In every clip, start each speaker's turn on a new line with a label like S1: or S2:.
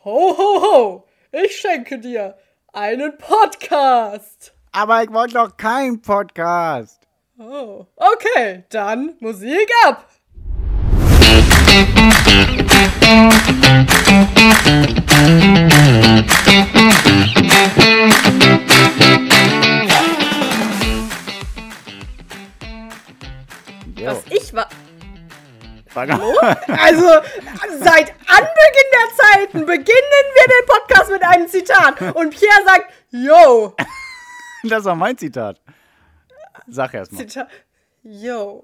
S1: Ho, ho, ho! Ich schenke dir einen Podcast.
S2: Aber ich wollte doch keinen Podcast.
S1: Oh, okay, dann Musik ab. Was ich war... Hallo? Also, seit Anbeginn der Zeiten beginnen wir den Podcast mit einem Zitat. Und Pierre sagt, yo.
S2: Das war mein Zitat. Sag erst mal.
S1: Zitat. Yo.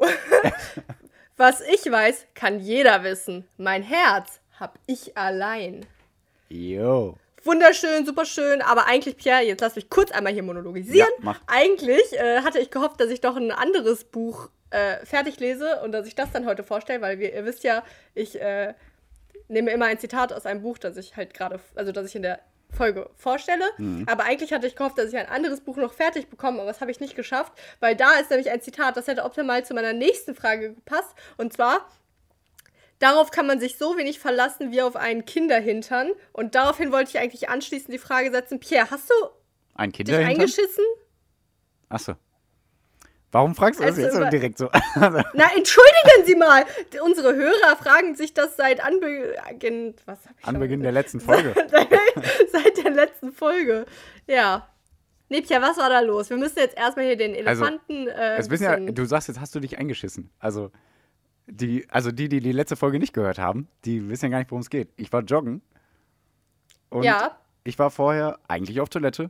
S1: Was ich weiß, kann jeder wissen. Mein Herz hab ich allein.
S2: Yo.
S1: Wunderschön, super schön, aber eigentlich, Pierre, jetzt lass mich kurz einmal hier monologisieren.
S2: Ja, mach.
S1: Eigentlich hatte ich gehofft, dass ich doch ein anderes Buch fertig lese und dass ich das dann heute vorstelle, weil ihr wisst ja, ich nehme immer ein Zitat aus einem Buch, das ich halt gerade, also das ich in der Folge vorstelle. Aber eigentlich hatte ich gehofft, dass ich ein anderes Buch noch fertig bekomme, aber das habe ich nicht geschafft, weil da ist nämlich ein Zitat, das hätte optimal zu meiner nächsten Frage gepasst. Und zwar: Darauf kann man sich so wenig verlassen wie auf einen Kinderhintern. Und daraufhin wollte ich eigentlich anschließend die Frage setzen: Pierre, hast du
S2: Ein
S1: dich
S2: Kinderhintern?
S1: eingeschissen?
S2: Achso. Warum fragst du das
S1: Also
S2: jetzt so
S1: über-
S2: direkt so?
S1: Na, entschuldigen Sie mal! Unsere Hörer fragen sich das seit Anbeginn... Was hab ich
S2: Anbeginn der letzten Folge.
S1: Seit der letzten Folge. Ja. Nee, Pierre, was war da los? Wir müssen jetzt erstmal hier den
S2: Also,
S1: Elefanten...
S2: Es wissen ja, du sagst jetzt, hast du dich eingeschissen. Also die die letzte Folge nicht gehört haben, die wissen ja gar nicht, worum es geht. Ich war joggen und
S1: Ja.
S2: ich war vorher eigentlich auf Toilette.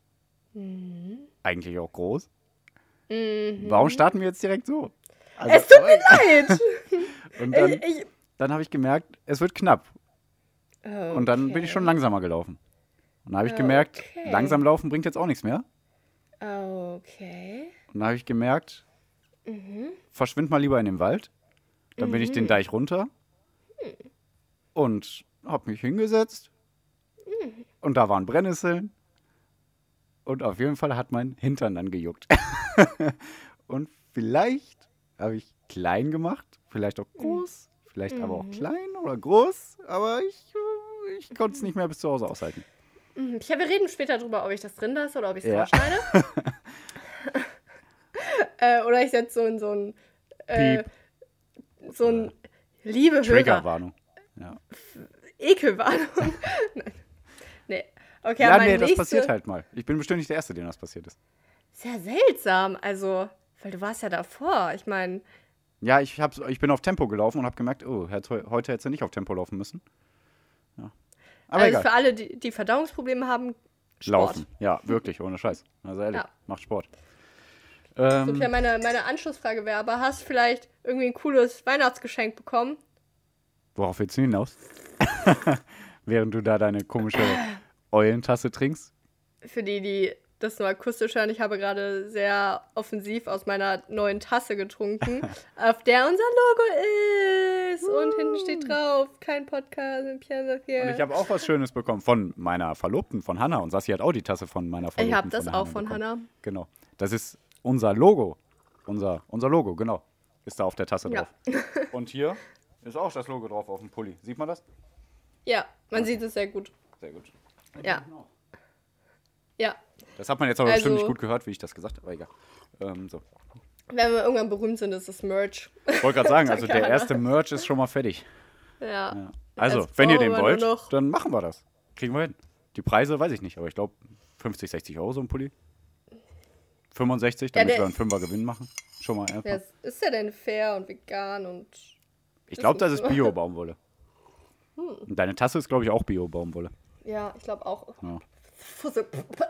S2: Eigentlich auch groß. Warum starten wir jetzt direkt so? Also,
S1: Es tut mir leid!
S2: Und dann,
S1: Ich-
S2: dann habe ich gemerkt, es wird knapp. Und dann bin ich schon langsamer gelaufen. Und dann habe ich gemerkt,
S1: Okay.
S2: langsam laufen bringt jetzt auch nichts mehr.
S1: Okay.
S2: Und dann habe ich gemerkt, verschwind mal lieber in den Wald. Dann bin ich den Deich runter und habe mich hingesetzt. Und da waren Brennnesseln. Und auf jeden Fall hat mein Hintern dann gejuckt. Und vielleicht habe ich klein gemacht, vielleicht auch groß, vielleicht aber auch klein oder groß. Aber ich konnte es nicht mehr bis zu Hause aushalten.
S1: Pierre, wir reden später drüber, ob ich das drin lasse oder ob ich es
S2: Ja.
S1: rausschneide. Oder ich setze so in so ein...
S2: Piep.
S1: So ein... Liebe Hörer,
S2: Triggerwarnung. Ja,
S1: Ekelwarnung. Nein. Nee. Okay,
S2: ja
S1: aber
S2: nee,
S1: meine
S2: das
S1: nächste...
S2: passiert halt mal. Ich bin bestimmt nicht der Erste, dem das passiert ist.
S1: Sehr seltsam, also... Weil du warst ja davor. Ich meine...
S2: Ja, ich bin auf Tempo gelaufen und habe gemerkt, oh, heute hättest du nicht auf Tempo laufen müssen. Ja. Aber
S1: Also
S2: egal.
S1: für alle, die Verdauungsprobleme haben, Sport.
S2: Laufen. Ja, wirklich, ohne Scheiß. Also ehrlich,
S1: Ja.
S2: macht Sport.
S1: So, Pierre, meine Anschlussfrage wäre aber, hast du vielleicht irgendwie ein cooles Weihnachtsgeschenk bekommen?
S2: Worauf willst du hinaus? Während du da deine komische Eulentasse trinkst.
S1: Für die das nur akustisch hören, ich habe gerade sehr offensiv aus meiner neuen Tasse getrunken, auf der unser Logo ist. Und hinten steht drauf, kein Podcast mit Pierre Safier.
S2: Und ich habe auch was Schönes bekommen von meiner Verlobten, von Hannah. Und Sassi hat auch die Tasse von meiner Verlobten.
S1: Ich habe das
S2: der
S1: auch von
S2: bekommen.
S1: Hannah.
S2: Genau. Das ist unser Logo. Unser Logo, genau. Ist da auf der Tasse
S1: Ja.
S2: drauf. Und hier ist auch das Logo drauf auf dem Pulli. Sieht man das?
S1: Ja, man sieht es sehr gut.
S2: Sehr gut.
S1: Ja. Ja.
S2: Das hat man jetzt aber
S1: Also-
S2: bestimmt nicht gut gehört, wie ich das gesagt habe, aber egal. So.
S1: Wenn wir irgendwann berühmt sind, ist das Merch.
S2: Ich wollte gerade sagen, also
S1: Danke,
S2: der
S1: Hannah.
S2: erste Merch ist schon mal fertig.
S1: Ja.
S2: Ja. Also,
S1: Jetzt
S2: wenn ihr
S1: brauchen
S2: den
S1: wir
S2: wollt,
S1: nur noch-
S2: dann machen wir das. Kriegen wir hin. Die Preise weiß ich nicht, aber ich glaube 50, 60 Euro so ein Pulli. 65, damit
S1: der-
S2: wir einen Fünfer Gewinn machen. Schon mal erstmal.
S1: Ja, ist ja denn fair und vegan und...
S2: Ich glaube, das ist
S1: nicht so.
S2: Bio-Baumwolle. Und deine Tasse ist, glaube ich, auch Bio-Baumwolle.
S1: Ja, ich glaube auch.
S2: Ja.
S1: Fusse.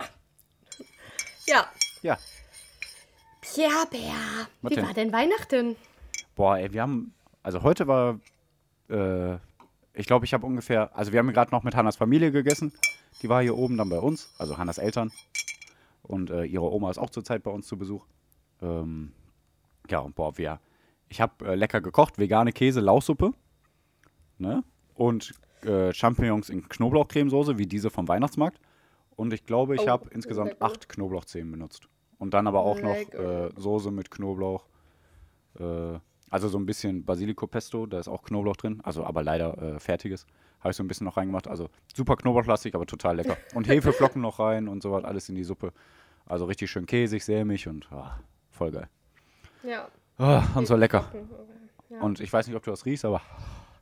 S1: Ja.
S2: Ja.
S1: Pierre,
S2: Was
S1: wie
S2: denn?
S1: war denn Weihnachten?
S2: Boah, ey, also heute war, ich glaube, ich habe ungefähr, also wir haben gerade noch mit Hannas Familie gegessen. Die war hier oben dann bei uns, also Hannas Eltern. Und ihre Oma ist auch zurzeit bei uns zu Besuch. Ja, und boah, ich habe lecker gekocht, vegane Käse-Lauchsuppe. Ne? Und Champignons in Knoblauchcremesoße, wie diese vom Weihnachtsmarkt. Und ich glaube, ich
S1: Oh,
S2: habe insgesamt
S1: lecker.
S2: 8 Knoblauchzehen benutzt. Und dann aber auch
S1: Lecker.
S2: noch Soße mit Knoblauch. Also so ein bisschen Basilico-Pesto, da ist auch Knoblauch drin, also aber leider fertiges. Habe ich so ein bisschen noch reingemacht. Also super knoblauchlastig, aber total lecker. Und Hefeflocken noch rein und so was, alles in die Suppe. Also richtig schön käsig, sämig und voll geil.
S1: Ja.
S2: Und so lecker.
S1: Ja.
S2: Und ich weiß nicht, ob du das riechst, aber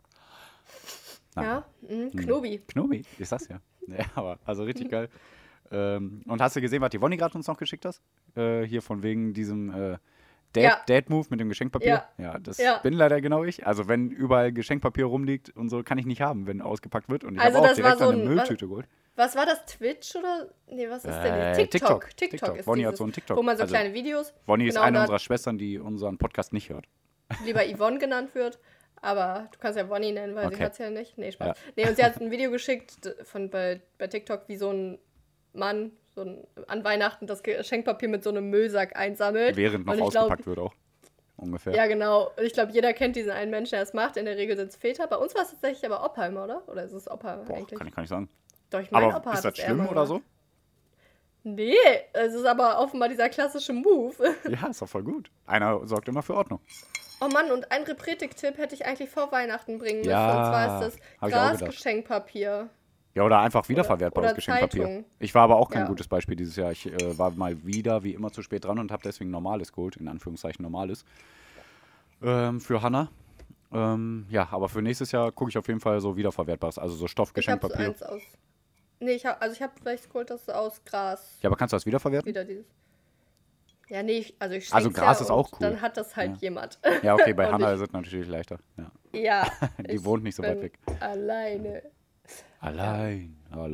S1: Ja, Knobi.
S2: Knobi, ist das ja. Ja, aber also richtig geil. Und hast du gesehen, was die Wonny gerade uns noch geschickt hast? Hier von wegen diesem Dad-Move mit dem Geschenkpapier? Ja, das bin leider genau ich. Also wenn überall Geschenkpapier rumliegt und so, kann ich nicht haben, wenn ausgepackt wird. Und ich habe auch direkt eine Mülltüte geholt.
S1: Was war das? Twitch oder? Nee, was ist denn? TikTok. TikTok ist
S2: Wonny hat so ein TikTok.
S1: Wo man so kleine Videos...
S2: Wonny ist eine unserer Schwestern, die unseren Podcast nicht hört.
S1: Lieber Yvonne genannt wird. Aber du kannst ja Wonny nennen, weil sie hat es ja nicht. Nee, Spaß.
S2: Ja.
S1: Nee, und sie hat ein Video geschickt bei TikTok, wie so ein Mann an Weihnachten das Geschenkpapier mit so einem Müllsack einsammelt.
S2: Während noch ausgepackt wird auch. Ungefähr.
S1: Ja, genau. Und ich glaube, jeder kennt diesen einen Menschen, der das macht. In der Regel sind es Väter. Bei uns war es tatsächlich aber Opa immer, oder? Oder ist es Opa eigentlich?
S2: Kann ich gar nicht sagen.
S1: Doch, ich meine,
S2: aber
S1: Opa
S2: ist
S1: hat
S2: das schlimm oder so?
S1: Nee, es ist aber offenbar dieser klassische Move.
S2: Ja, ist doch voll gut. Einer sorgt immer für Ordnung.
S1: Oh Mann, und ein Repretik-Tipp hätte ich eigentlich vor Weihnachten bringen müssen.
S2: Ja,
S1: und zwar ist das Grasgeschenkpapier.
S2: Ja, oder einfach wiederverwertbares Geschenkpapier.
S1: Zeitung.
S2: Ich war aber auch kein gutes Beispiel dieses Jahr. Ich war mal wieder, wie immer, zu spät dran und habe deswegen Normales geholt, in Anführungszeichen Normales, für Hanna. Ja, aber für nächstes Jahr gucke ich auf jeden Fall so wiederverwertbares, also so Stoffgeschenkpapier.
S1: Ich habe eins aus... Nee, ich habe vielleicht geholt, das aus Gras.
S2: Ja, aber kannst du das wiederverwerten?
S1: Wieder dieses... Ja, nee, ich
S2: also Gras ist auch cool.
S1: Dann hat das halt jemand.
S2: Ja, okay, bei Hanna ist es natürlich leichter.
S1: Ja.
S2: Die wohnt nicht so weit weg.
S1: Alleine.
S2: Allein.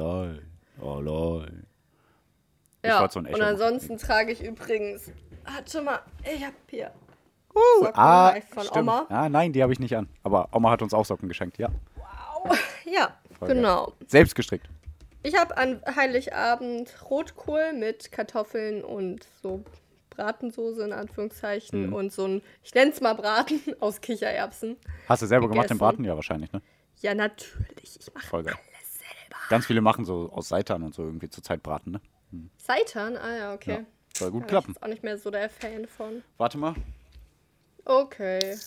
S1: Ja, so und ansonsten trage ich übrigens... Warte mal, ich hab hier...
S2: Socken von
S1: stimmt. Oma.
S2: Ah, nein, die habe ich nicht an. Aber Oma hat uns auch Socken geschenkt, ja.
S1: Wow. Ja, voll genau.
S2: Geil. Selbst gestrickt.
S1: Ich habe an Heiligabend Rotkohl mit Kartoffeln und so Bratensoße in Anführungszeichen und so ein, ich nenne es mal Braten aus Kichererbsen.
S2: Hast du selber gemacht den Braten? Ja, wahrscheinlich, ne?
S1: Ja, natürlich. Ich mache alles selber.
S2: Ganz viele machen so aus Seitan und so irgendwie zur Zeit Braten, ne?
S1: Seitan? Ah ja, okay.
S2: Ja, soll gut
S1: Da
S2: klappen.
S1: bin ich jetzt auch nicht mehr so der Fan von.
S2: Warte mal.
S1: Okay.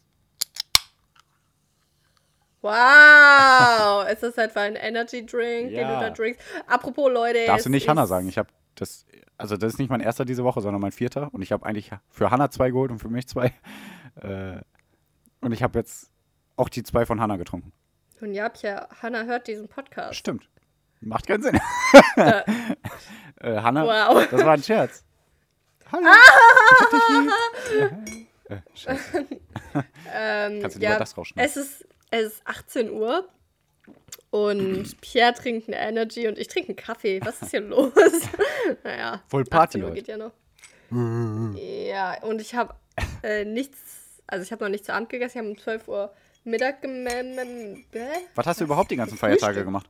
S1: Wow! Ist das etwa ein Energy Drink, den du da trinkst? Apropos, Leute.
S2: Darfst du nicht Hanna sagen. Ich habe das, also das ist nicht mein erster diese Woche, sondern mein vierter. Und ich habe eigentlich für Hanna 2 geholt und für mich 2. Und ich habe jetzt auch die 2 von Hanna getrunken.
S1: Und ja, Hanna hört diesen Podcast.
S2: Stimmt. Macht keinen Sinn. Hanna,
S1: wow.
S2: Das war ein Scherz. Hallo. Ich hab dich lieb. Scheiße. Kannst du lieber das rausschneiden?
S1: Es ist 18 Uhr und Pierre trinkt eine Energy und ich trinke einen Kaffee. Was ist hier los? Naja,
S2: voll Party
S1: 18 Uhr geht ja noch. Ja, und ich habe ich habe noch nichts zu Abend gegessen. Ich habe um 12 Uhr Mittag
S2: Was hast du überhaupt die ganzen Feiertage gemacht?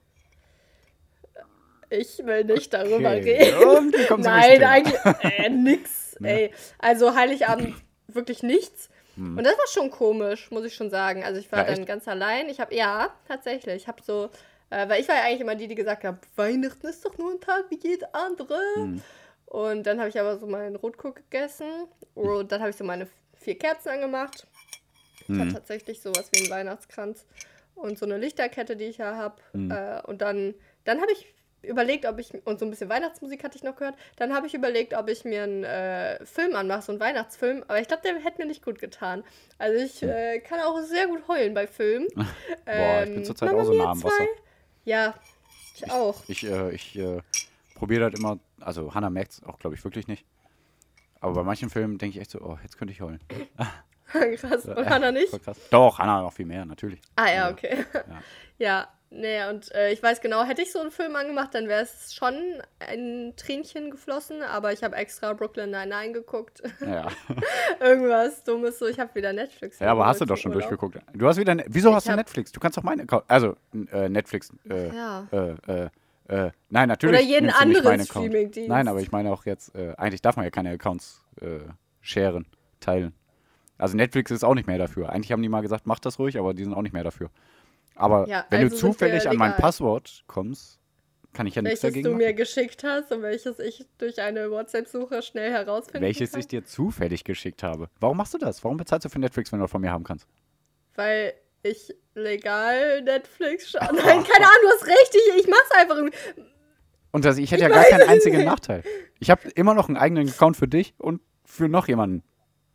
S1: Ich will nicht darüber reden. Nein, eigentlich nix. Ey. Also Heiligabend wirklich nichts. Und das war schon komisch, muss ich schon sagen. Also ich war dann ganz allein. Tatsächlich. Ich habe so, weil ich war ja eigentlich immer die gesagt hat, Weihnachten ist doch nur ein Tag wie jeder andere. Und dann habe ich aber so meinen Rotkohl gegessen. Und dann habe ich so meine 4 Kerzen angemacht. Ich hatte tatsächlich sowas wie einen Weihnachtskranz und so eine Lichterkette, die ich ja habe. Und dann habe ich überlegt, und so ein bisschen Weihnachtsmusik hatte ich noch gehört, dann habe ich überlegt, ob ich mir einen Film anmache, so einen Weihnachtsfilm, aber ich glaube, der hätte mir nicht gut getan. Also ich kann auch sehr gut heulen bei Filmen.
S2: Boah, ich bin zurzeit auch so nah am Wasser.
S1: Ja, ich auch.
S2: Ich probiere das immer, also Hanna merkt es auch, glaube ich, wirklich nicht. Aber bei manchen Filmen denke ich echt so, oh, jetzt könnte ich heulen.
S1: Krass, und Hanna nicht?
S2: Voll krass. Doch, Hanna noch viel mehr, natürlich.
S1: Ah ja, okay. Ja, nee, und ich weiß genau, hätte ich so einen Film angemacht, dann wäre es schon ein Tränchen geflossen, aber ich habe extra Brooklyn Nine-Nine geguckt.
S2: Ja.
S1: Irgendwas Dummes so, ich habe wieder Netflix.
S2: Ja, aber hast du doch schon durchgeguckt. Du hast wieder, wieso hast du Netflix? Du kannst doch meine, also Netflix, nein, natürlich.
S1: Oder jeden anderen Streaming-Dienst.
S2: Nein, aber ich meine auch jetzt, eigentlich darf man ja keine Accounts sharen, teilen. Also Netflix ist auch nicht mehr dafür. Eigentlich haben die mal gesagt, mach das ruhig, aber die sind auch nicht mehr dafür. Aber wenn du zufällig an mein Passwort kommst, Kann ich ja nichts
S1: welches
S2: dagegen
S1: du
S2: machen.
S1: mir geschickt hast und welches ich durch eine WhatsApp-Suche schnell herausfinden
S2: Welches
S1: kann.
S2: ich dir zufällig geschickt habe. Warum machst du das? Warum bezahlst du für Netflix, wenn du das von mir haben kannst?
S1: Weil ich legal Netflix schaue. Nein, keine Ahnung, du hast recht, ich mach's einfach irgendwie.
S2: Und ich hätte ja gar keinen einzigen Nachteil. Ich habe immer noch einen eigenen Account für dich und für noch jemanden.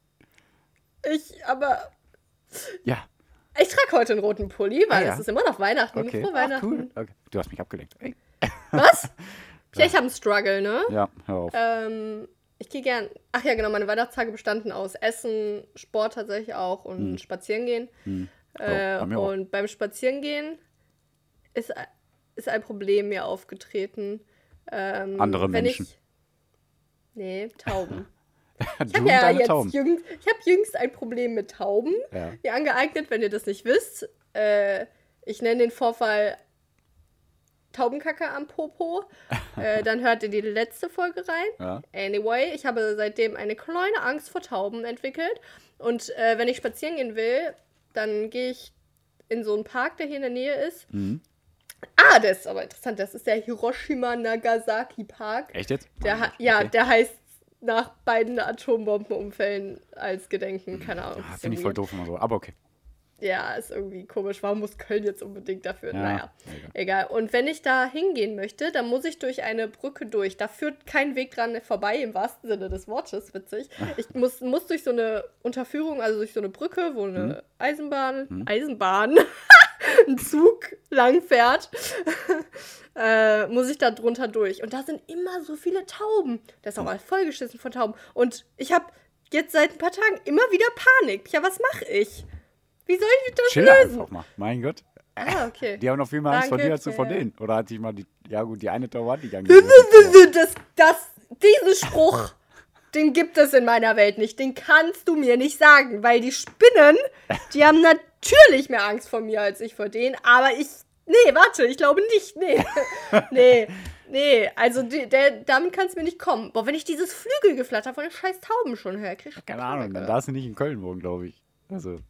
S1: Aber
S2: Ja,
S1: ich trage heute einen roten Pulli, weil
S2: ja.
S1: es ist immer noch Weihnachten.
S2: okay.
S1: Frohe
S2: Ach,
S1: Weihnachten.
S2: cool. Okay. Du hast mich abgelenkt. Ey.
S1: Was? Ja, ich habe einen Struggle, ne?
S2: Ja, hör auf.
S1: Ich gehe gern. Ach ja, genau, meine Weihnachtstage bestanden aus Essen, Sport tatsächlich auch und Spazierengehen.
S2: bei mir auch.
S1: Und beim Spazierengehen ist ein Problem mir aufgetreten.
S2: Andere
S1: wenn
S2: Menschen.
S1: Nee, Tauben.
S2: Du
S1: Ich habe
S2: und
S1: ja
S2: deine
S1: jetzt
S2: Tauben.
S1: jüngst ein Problem mit Tauben
S2: Ja.
S1: mir angeeignet, wenn ihr das nicht wisst. Ich nenne den Vorfall Taubenkacke am Popo. Dann hört ihr die letzte Folge rein.
S2: Ja.
S1: Anyway, ich habe seitdem eine kleine Angst vor Tauben entwickelt. Und wenn ich spazieren gehen will, dann gehe ich in so einen Park, der hier in der Nähe ist.
S2: Mhm.
S1: Ah, das ist aber interessant. Das ist der Hiroshima-Nagasaki-Park.
S2: Echt jetzt?
S1: Der heißt nach beiden Atombombenunfällen als Gedenken. Keine Ahnung.
S2: Ah,
S1: ist
S2: finde ich voll
S1: irgendwie-
S2: doof immer so. Aber okay.
S1: Ja, ist irgendwie komisch. Warum muss Köln jetzt unbedingt dafür?
S2: Ja,
S1: Naja,
S2: egal.
S1: egal. Und wenn ich da hingehen möchte, dann muss ich durch eine Brücke durch. Da führt kein Weg dran vorbei, im wahrsten Sinne des Wortes, witzig. Ich muss durch so eine Unterführung, also durch so eine Brücke, wo eine Eisenbahn, ein Zug lang fährt, muss ich da drunter durch. Und da sind immer so viele Tauben. Das ist auch alles vollgeschissen von Tauben. Und ich habe jetzt seit ein paar Tagen immer wieder Panik. Ja, was mache ich? Wie soll ich das
S2: Chill
S1: lösen?
S2: einfach mal. Mein Gott.
S1: Ah, okay.
S2: Die haben noch viel mehr Angst vor
S1: Danke,
S2: dir als du vor
S1: ja.
S2: denen. Oder hat dich mal die. Ja, gut, die eine Taube hat dich angegriffen.
S1: Diesen Spruch, den gibt es in meiner Welt nicht. Den kannst du mir nicht sagen, weil die Spinnen, die haben natürlich mehr Angst vor mir als ich vor denen. Aber ich glaube nicht. Nee, also damit kannst du mir nicht kommen. Boah, wenn ich dieses Flügelgeflatter von den scheiß Tauben schon höre, krieg ich
S2: Keine Ahnung, dann darfst du nicht in Köln wohnen, glaube ich. Also.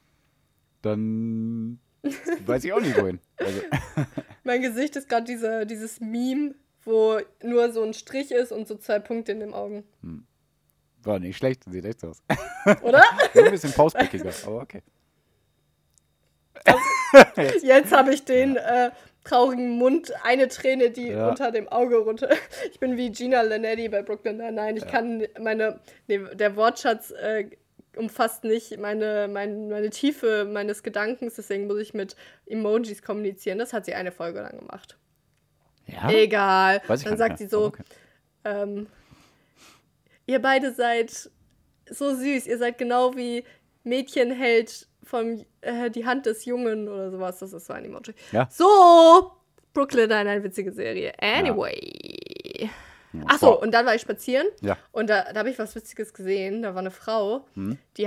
S2: Dann. Weiß ich auch nicht wohin. Also.
S1: Mein Gesicht ist gerade dieses Meme, wo nur so ein Strich ist und so 2 Punkte in den Augen.
S2: War nicht schlecht, sieht echt aus.
S1: Oder?
S2: Ein bisschen pausbäckiger, aber okay.
S1: Jetzt habe ich den traurigen Mund, eine Träne, die
S2: Ja.
S1: unter dem Auge runter. Ich bin wie Gina Linetti bei Brooklyn Nine-Nine. Ich kann der Wortschatz umfasst nicht meine Tiefe meines Gedankens, deswegen muss ich mit Emojis kommunizieren. Das hat sie eine Folge lang gemacht.
S2: Ja?
S1: Egal.
S2: Weiß ich
S1: Dann
S2: gar
S1: sagt
S2: nicht
S1: sie
S2: mehr,
S1: so,
S2: aber okay.
S1: ihr beide seid so süß. Ihr seid genau wie Mädchen hält die Hand des Jungen oder sowas. Das ist so ein Emoji.
S2: Ja.
S1: So, Brooklyn, eine witzige Serie. Anyway. Ach so, und dann war ich spazieren.
S2: Ja.
S1: Und da habe ich was Witziges gesehen. Da war eine Frau, die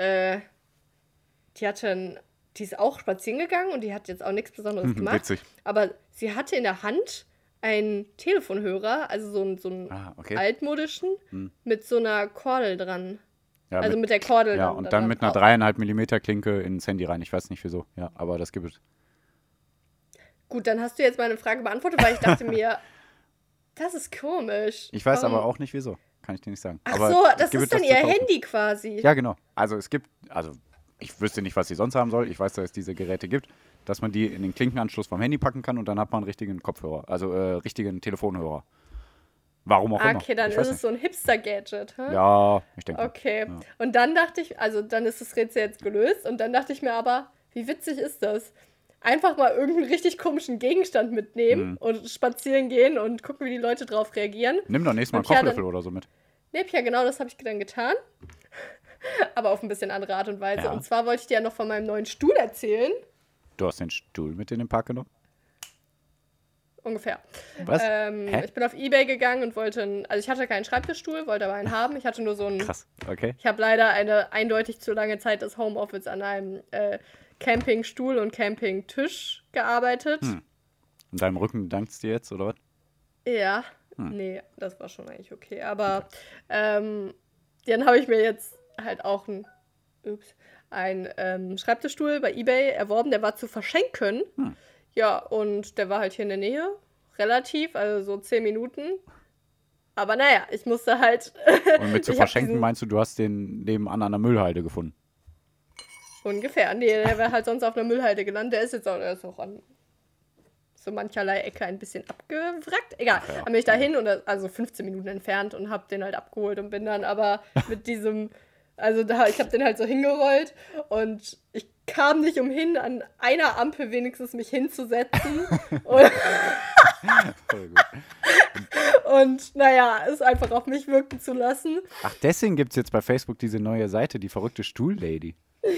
S1: ist auch spazieren gegangen und die hat jetzt auch nichts Besonderes gemacht.
S2: Witzig.
S1: Aber sie hatte in der Hand einen Telefonhörer, also so einen
S2: Okay.
S1: altmodischen, mit so einer Kordel dran.
S2: Ja,
S1: Also mit der Kordel
S2: ja,
S1: dann
S2: und
S1: da
S2: dann
S1: dran
S2: mit einer
S1: drauf.
S2: 3,5 mm Klinke ins Handy rein. Ich weiß nicht wieso. Ja, aber das gibt es.
S1: Gut, dann hast du jetzt meine Frage beantwortet, weil ich dachte mir, das ist komisch.
S2: Ich weiß
S1: Warum?
S2: aber auch nicht wieso. Kann ich dir nicht sagen.
S1: Ach
S2: aber
S1: so,
S2: es
S1: das
S2: gibt
S1: ist dann
S2: zu
S1: ihr
S2: kaufen.
S1: Handy quasi.
S2: Ja, genau. Also ich wüsste nicht, was sie sonst haben soll. Ich weiß, dass es diese Geräte gibt, dass man die in den Klinkenanschluss vom Handy packen kann und dann hat man einen richtigen Kopfhörer, also richtigen Telefonhörer. Warum auch immer.
S1: Okay, dann
S2: Ich
S1: ist
S2: weiß
S1: es so ein Hipster-Gadget. Hä?
S2: Ja, ich denke.
S1: Okay.
S2: Ja.
S1: Und dann dachte ich, also dann ist das Rätsel jetzt gelöst und dann dachte ich mir aber, wie witzig ist das? Einfach mal irgendeinen richtig komischen Gegenstand mitnehmen und spazieren gehen und gucken, wie die Leute drauf reagieren.
S2: Nimm doch nächstes Mal einen
S1: Und ja,
S2: Kochlöffel oder so mit.
S1: Nee, ja, genau, das habe ich dann getan. Aber auf ein bisschen andere Art und Weise.
S2: Ja.
S1: Und zwar wollte ich dir ja noch von meinem neuen Stuhl erzählen.
S2: Du hast den Stuhl mit in den Park genommen?
S1: Ungefähr.
S2: Was? Hä?
S1: Ich bin auf Ebay gegangen und also ich hatte keinen Schreibtischstuhl, wollte aber einen haben. Ich hatte nur so einen.
S2: Krass, okay.
S1: Ich habe leider eine eindeutig zu lange Zeit des Homeoffice an einem Campingstuhl und Campingtisch gearbeitet.
S2: Und deinem Rücken dankst dir jetzt, oder was?
S1: Ja, nee, das war schon eigentlich okay. Aber dann habe ich mir jetzt halt auch einen Schreibtischstuhl bei Ebay erworben. Der war zu verschenken. Ja, und der war halt hier in der Nähe. relativ, also so 10 Minuten. Aber naja, ich musste halt...
S2: Und mit zu verschenken meinst du hast den nebenan an der Müllhalde gefunden?
S1: Ungefähr. Nee, der wäre halt sonst auf einer Müllhalde gelandet. Der ist auch an so mancherlei Ecke ein bisschen abgewrackt. Egal,
S2: Ja.
S1: Dann bin ich da hin, also 15 Minuten entfernt und hab den halt abgeholt und bin dann aber mit diesem, ich hab den halt so hingerollt und ich kam nicht umhin, an einer Ampel wenigstens mich hinzusetzen. und,
S2: Voll gut.
S1: und naja, es einfach auf mich wirken zu lassen.
S2: Ach, deswegen gibt es jetzt bei Facebook diese neue Seite, die verrückte Stuhllady.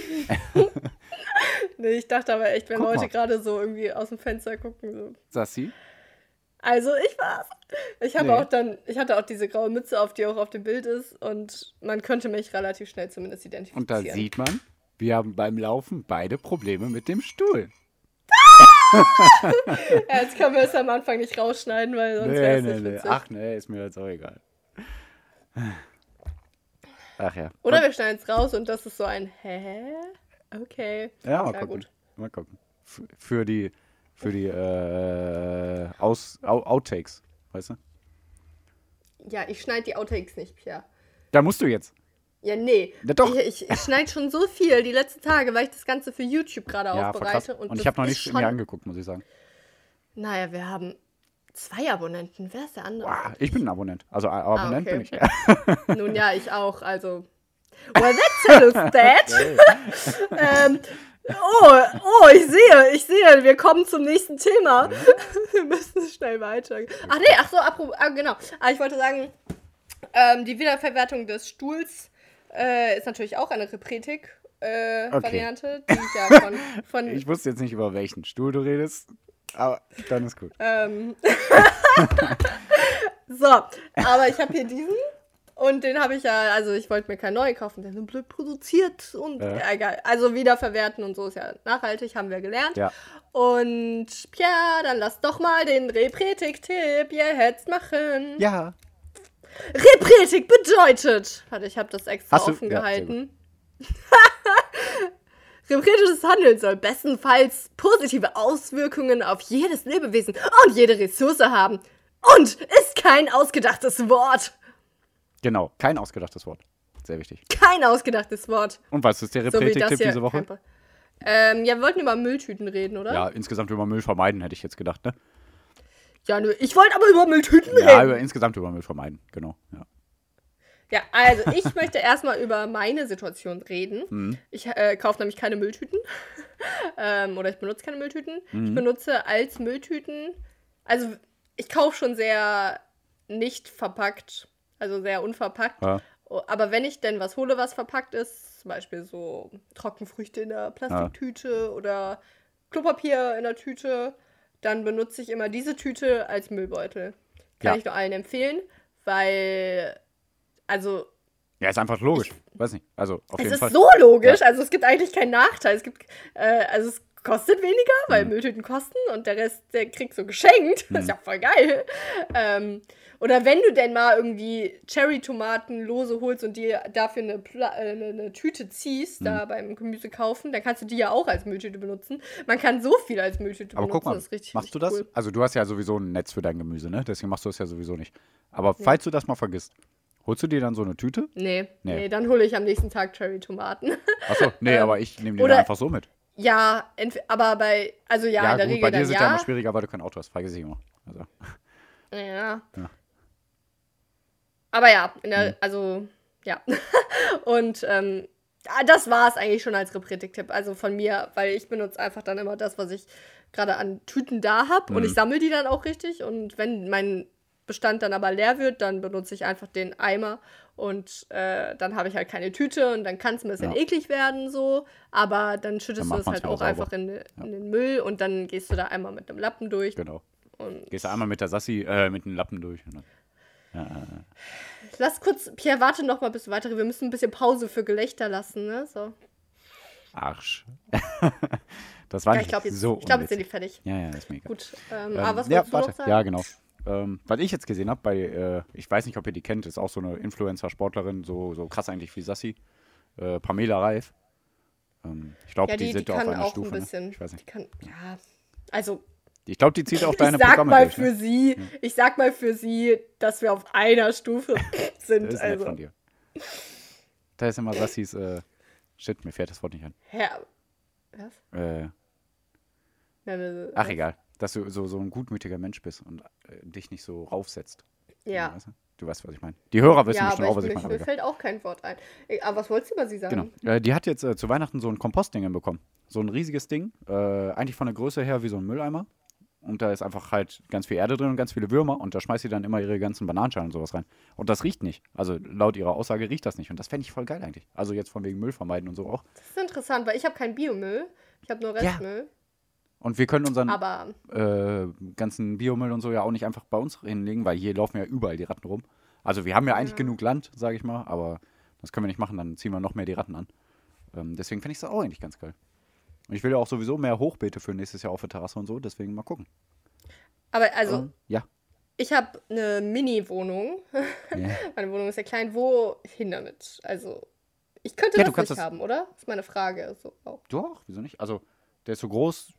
S1: Nee, ich dachte aber echt, wenn
S2: Guck
S1: Leute
S2: mal.
S1: gerade so irgendwie aus dem Fenster gucken. So.
S2: Sassi?
S1: Also ich war's. Ich hatte auch diese graue Mütze auf, die auch auf dem Bild ist und man könnte mich relativ schnell zumindest identifizieren.
S2: Und da sieht man, wir haben beim Laufen beide Probleme mit dem Stuhl.
S1: Ja, jetzt können wir es am Anfang nicht rausschneiden, weil sonst wäre es nicht witzig.
S2: Ach nee, ist mir jetzt auch egal. Ach ja.
S1: Oder wir schneiden es raus und das ist so ein Hä? Okay.
S2: Ja, mal
S1: Ja,
S2: gucken.
S1: gut.
S2: Mal gucken. Für die Outtakes, weißt du?
S1: Ja, ich schneide die Outtakes nicht, Pia.
S2: Da musst du jetzt.
S1: Ja, nee.
S2: Na doch.
S1: Ich schneide schon so viel die letzten Tage, weil ich das Ganze für YouTube gerade
S2: Ja, voll krass.
S1: aufbereite.
S2: Und ich habe noch nichts mir angeguckt, muss ich sagen.
S1: Naja, wir haben 2 Abonnenten. Wer ist der andere?
S2: Wow, ich bin ein Abonnent. Also Abonnent
S1: okay.
S2: bin ich.
S1: Nun ja, ich auch, also. Well, that settles that. Ich sehe, wir kommen zum nächsten Thema. Wir müssen schnell weiter. Genau. Ich wollte sagen, die Wiederverwertung des Stuhls ist natürlich auch eine Repretik-Variante, die ich ja von
S2: Ich wusste jetzt nicht, über welchen Stuhl du redest, aber dann ist gut.
S1: So, aber ich habe hier diesen und den habe ich ja, also ich wollte mir keinen neuen kaufen, der ist so blöd produziert und ja, egal. Also wiederverwerten und so ist ja nachhaltig, haben wir gelernt.
S2: Ja.
S1: Und ja, dann lass doch mal den Repretik-Tipp jetzt machen.
S2: Ja.
S1: Repretik bedeutet, warte, ich habe das extra
S2: Hast du-
S1: offen
S2: ja,
S1: gehalten. Repretisches Handeln soll bestenfalls positive Auswirkungen auf jedes Lebewesen und jede Ressource haben. Und ist kein ausgedachtes Wort.
S2: Genau, kein ausgedachtes Wort. Sehr wichtig.
S1: Kein ausgedachtes Wort.
S2: Und was ist der
S1: So wie das
S2: Repretik-Tipp
S1: hier.
S2: diese Woche?
S1: Ja, wir wollten über Mülltüten reden, oder?
S2: Ja, insgesamt über Müll vermeiden, hätte ich jetzt gedacht, ne?
S1: Ja, nö, ich wollte aber über Mülltüten
S2: Ja,
S1: reden.
S2: insgesamt über Müll vermeiden, genau. Ja.
S1: Ja, also ich möchte erstmal über meine Situation reden. Ich kaufe nämlich keine Mülltüten. Oder ich benutze keine Mülltüten. Ich benutze als Mülltüten, also ich kaufe schon sehr nicht verpackt, also sehr unverpackt.
S2: Ja.
S1: Aber wenn ich denn was hole, was verpackt ist, zum Beispiel so Trockenfrüchte in der Plastiktüte oder Klopapier in der Tüte, dann benutze ich immer diese Tüte als Müllbeutel. Kann ich nur allen empfehlen, weil, also
S2: Ja, ist einfach logisch. Weiß nicht. Also auf jeden
S1: es
S2: Fall.
S1: ist so logisch,
S2: Ja.
S1: also es gibt eigentlich keinen Nachteil. Es gibt, es kostet weniger, weil Mülltüten kosten und der Rest, der kriegt so geschenkt. Das ist ja voll geil. Oder wenn du denn mal irgendwie Cherry-Tomaten lose holst und dir dafür eine Tüte ziehst, da beim Gemüse kaufen, dann kannst du die ja auch als Mülltüte benutzen. Man kann so viel als Mülltüte
S2: Aber
S1: benutzen.
S2: guck mal,
S1: das ist richtig,
S2: machst du
S1: richtig
S2: das?
S1: cool.
S2: Also du hast ja sowieso ein Netz für dein Gemüse, ne? Deswegen machst du es ja sowieso nicht. Aber falls du das mal vergisst, holst du dir dann so eine Tüte?
S1: Nee, dann hole ich am nächsten Tag Cherry-Tomaten.
S2: Achso, nee, aber ich nehme die
S1: oder-
S2: dann einfach so mit.
S1: Ja, aber also in der
S2: gut,
S1: Regel
S2: bei dir
S1: dann
S2: ist es ja immer schwieriger, weil du kein Auto hast. Vergiss ich immer. Also,
S1: Ja.
S2: Ja.
S1: Aber ja, also, ja. Und das war es eigentlich schon als Repretik-Tipp. Also von mir, weil ich benutze einfach dann immer das, was ich gerade an Tüten da habe. Und ich sammle die dann auch richtig. Und wenn mein Bestand dann aber leer wird, dann benutze ich einfach den Eimer. Und dann habe ich halt keine Tüte. Und dann kann es ein bisschen eklig werden so. Aber dann schüttest
S2: Dann
S1: du
S2: macht
S1: es
S2: man's
S1: halt
S2: wieder
S1: auch
S2: sauber.
S1: einfach in den Müll. Und dann gehst du da einmal mit einem Lappen durch.
S2: genau.
S1: Und
S2: Gehst du einmal mit der Sassi, mit dem Lappen durch. Und dann,
S1: lass kurz, Pierre, warte noch mal, bis du weiter. Wir müssen ein bisschen Pause für Gelächter lassen, ne? So.
S2: Arsch. Das war
S1: Ja,
S2: nicht
S1: ich glaube, jetzt
S2: so
S1: sind die
S2: unwitzig.
S1: fertig.
S2: Ja, ist mega.
S1: Gut. Aber was
S2: ja,
S1: wolltest du noch sagen?
S2: Ja, genau. Was ich jetzt gesehen habe, ich weiß nicht, ob ihr die kennt, ist auch so eine Influencer-Sportlerin, so krass eigentlich wie Sassi, Pamela Reif. Ich glaube,
S1: Ja,
S2: die
S1: die
S2: sind da auf
S1: kann
S2: einer
S1: auch
S2: Stufe.
S1: ein bisschen.
S2: Ne? Ich weiß nicht.
S1: Die kann, ja, also,
S2: Ich glaube, die zieht auch deine
S1: Ich sag
S2: Programme
S1: mal
S2: durch.
S1: für sie, ich sag mal für sie, dass wir auf einer Stufe sind.
S2: Das ist nett von dir. Da ist immer Sassis, shit, mir fährt das Wort nicht an.
S1: Was?
S2: Ach, egal. Dass du so ein gutmütiger Mensch bist und dich nicht so raufsetzt.
S1: Ja.
S2: Weißt du? Du weißt, was ich meine. Die Hörer wissen
S1: Ja,
S2: bestimmt
S1: aber
S2: auch, was ich meine.
S1: mir fällt auch kein Wort ein. Aber was wolltest du über sie sagen?
S2: Genau. Die hat jetzt zu Weihnachten so ein Kompostding hinbekommen. So ein riesiges Ding. Eigentlich von der Größe her wie so ein Mülleimer. Und da ist einfach halt ganz viel Erde drin und ganz viele Würmer. Und da schmeißt sie dann immer ihre ganzen Bananenschalen und sowas rein. Und das riecht nicht. Also laut ihrer Aussage riecht das nicht. Und das fände ich voll geil eigentlich. Also jetzt von wegen Müll vermeiden und so auch.
S1: Das ist interessant, weil ich habe keinen Biomüll. Ich habe nur Restmüll.
S2: Und wir können unseren
S1: Aber
S2: ganzen Biomüll und so ja auch nicht einfach bei uns hinlegen, weil hier laufen ja überall die Ratten rum. Also wir haben ja eigentlich genug Land, sage ich mal, aber das können wir nicht machen, dann ziehen wir noch mehr die Ratten an. Deswegen finde ich das auch eigentlich ganz geil. Und ich will ja auch sowieso mehr Hochbeete für nächstes Jahr auf der Terrasse und so, deswegen mal gucken.
S1: Aber also,
S2: Ja.
S1: ich habe eine Mini-Wohnung.
S2: Ja.
S1: Meine Wohnung ist ja klein. Wohin damit? Also, ich könnte
S2: Ja,
S1: das
S2: du kannst
S1: nicht
S2: das-
S1: haben, oder? Ist meine Frage. So, auch.
S2: Doch, wieso nicht? Also der ist so groß,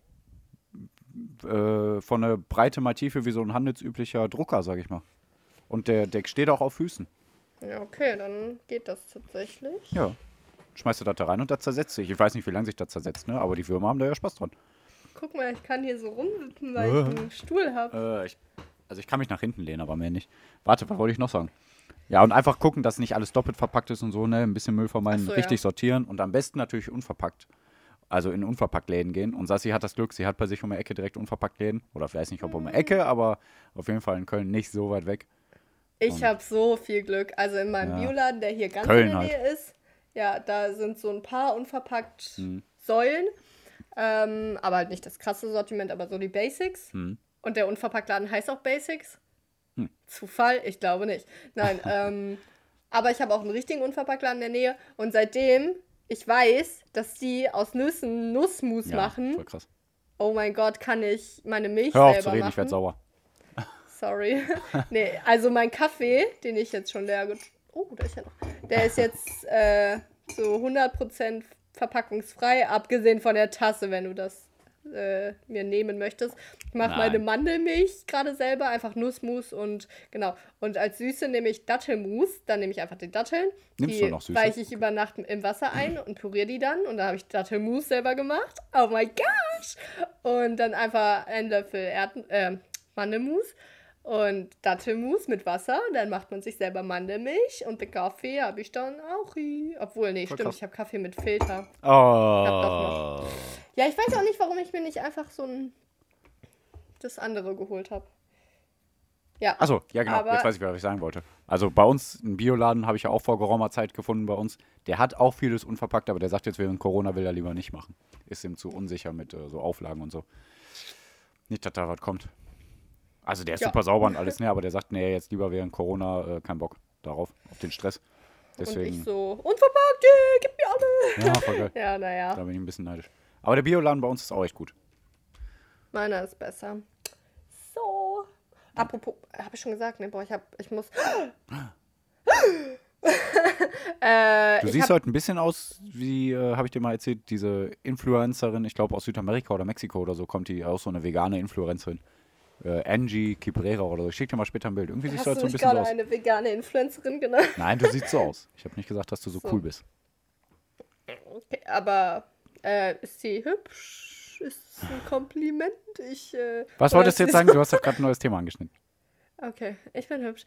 S2: von der Breite mal Tiefe wie so ein handelsüblicher Drucker, sage ich mal. Und der steht auch auf Füßen.
S1: Ja, okay, dann geht das tatsächlich.
S2: Ja. Schmeißt du das da rein und das zersetzt sich. Ich weiß nicht, wie lange sich das zersetzt, ne? Aber die Würmer haben da ja Spaß dran.
S1: Guck mal, ich kann hier so rumwippen, weil ich einen Stuhl habe.
S2: Ich kann mich nach hinten lehnen, aber mehr nicht. Warte, was wollte ich noch sagen? Ja, und einfach gucken, dass nicht alles doppelt verpackt ist und so, ne? Ein bisschen Müll vermeiden,
S1: Ach so,
S2: richtig
S1: ja.
S2: sortieren und am besten natürlich unverpackt. Also in Unverpacktläden gehen. Und Sassi hat das Glück, sie hat bei sich um die Ecke direkt Unverpacktläden. Oder ich weiß nicht, ob um die Ecke, aber auf jeden Fall in Köln nicht so weit weg.
S1: Ich habe so viel Glück. Also in meinem
S2: Ja.
S1: Bioladen, der hier ganz
S2: Köln
S1: in der
S2: halt.
S1: Nähe ist, ja, da sind so ein paar unverpackt Säulen. Aber halt nicht das krasse Sortiment, aber so die Basics. Und der Unverpacktladen heißt auch Basics. Zufall? Ich glaube nicht. Nein, aber ich habe auch einen richtigen Unverpacktladen in der Nähe. Und seitdem ich weiß, dass die aus Nüssen Nussmus
S2: Ja,
S1: machen,
S2: voll krass.
S1: oh mein Gott, kann ich meine Milch
S2: Hör auf
S1: selber
S2: zu reden,
S1: machen.
S2: ich werde sauer.
S1: Sorry. Nee, also mein Kaffee, den ich jetzt schon leer oh, da ist ja noch. Der ist jetzt so 100% verpackungsfrei, abgesehen von der Tasse, wenn du das mir nehmen möchtest. Ich mache meine
S2: Nein.
S1: Mandelmilch gerade selber, einfach Nussmus und genau. Und als Süße nehme ich Dattelmus, dann nehme ich einfach die Datteln.
S2: Nimmst
S1: die
S2: du noch Süße?
S1: weiche ich über Nacht im Wasser ein und püriere die dann. Und da habe ich Dattelmus selber gemacht. Oh my gosh! Und dann einfach einen Löffel Mandelmus und Dattelmus mit Wasser. Dann macht man sich selber Mandelmilch und den Kaffee habe ich dann auch. Obwohl, nee,
S2: Voll
S1: stimmt,
S2: krass.
S1: ich habe Kaffee mit Filter.
S2: Oh.
S1: Ja, ich weiß auch nicht, warum ich mir nicht einfach das andere geholt habe. Ja.
S2: Achso, ja genau,
S1: Aber-
S2: jetzt weiß ich, was ich sagen wollte. Also bei uns, einen Bioladen habe ich ja auch vor geraumer Zeit gefunden bei uns. Der hat auch vieles unverpackt, aber der sagt jetzt, während Corona will er lieber nicht machen. Ist ihm zu unsicher mit so Auflagen und so. Nicht, dass da was kommt. Also der ist
S1: Ja.
S2: super sauber und alles, ne, aber der sagt, nee, jetzt lieber während Corona kein Bock darauf, auf den Stress.
S1: Und
S2: Deswegen,
S1: ich so, unverpackt, gib mir alle.
S2: ja, voll geil.
S1: Ja, naja,
S2: Da bin ich ein bisschen neidisch. Aber der Bioladen bei uns ist auch echt gut.
S1: meiner ist besser. So. Apropos, habe ich schon gesagt, ne, boah, ich muss.
S2: Du siehst heute ein bisschen aus, wie, habe ich dir mal erzählt, diese Influencerin, ich glaube aus Südamerika oder Mexiko oder so, kommt die auch so eine vegane Influencerin. Angie Cabrera oder so. Ich schicke dir mal später ein Bild. Irgendwie siehst
S1: Hast
S2: du
S1: du
S2: halt so ein
S1: nicht
S2: bisschen so
S1: gerade
S2: aus.
S1: eine vegane Influencerin genannt?
S2: Nein, du siehst so aus. Ich habe nicht gesagt, dass du so cool bist.
S1: Okay, aber ist sie hübsch? Ist es ein Kompliment?
S2: Was
S1: oder
S2: wolltest du
S1: ist
S2: jetzt
S1: sie
S2: sagen? Du hast doch gerade ein neues Thema angeschnitten.
S1: Okay, ich bin hübsch.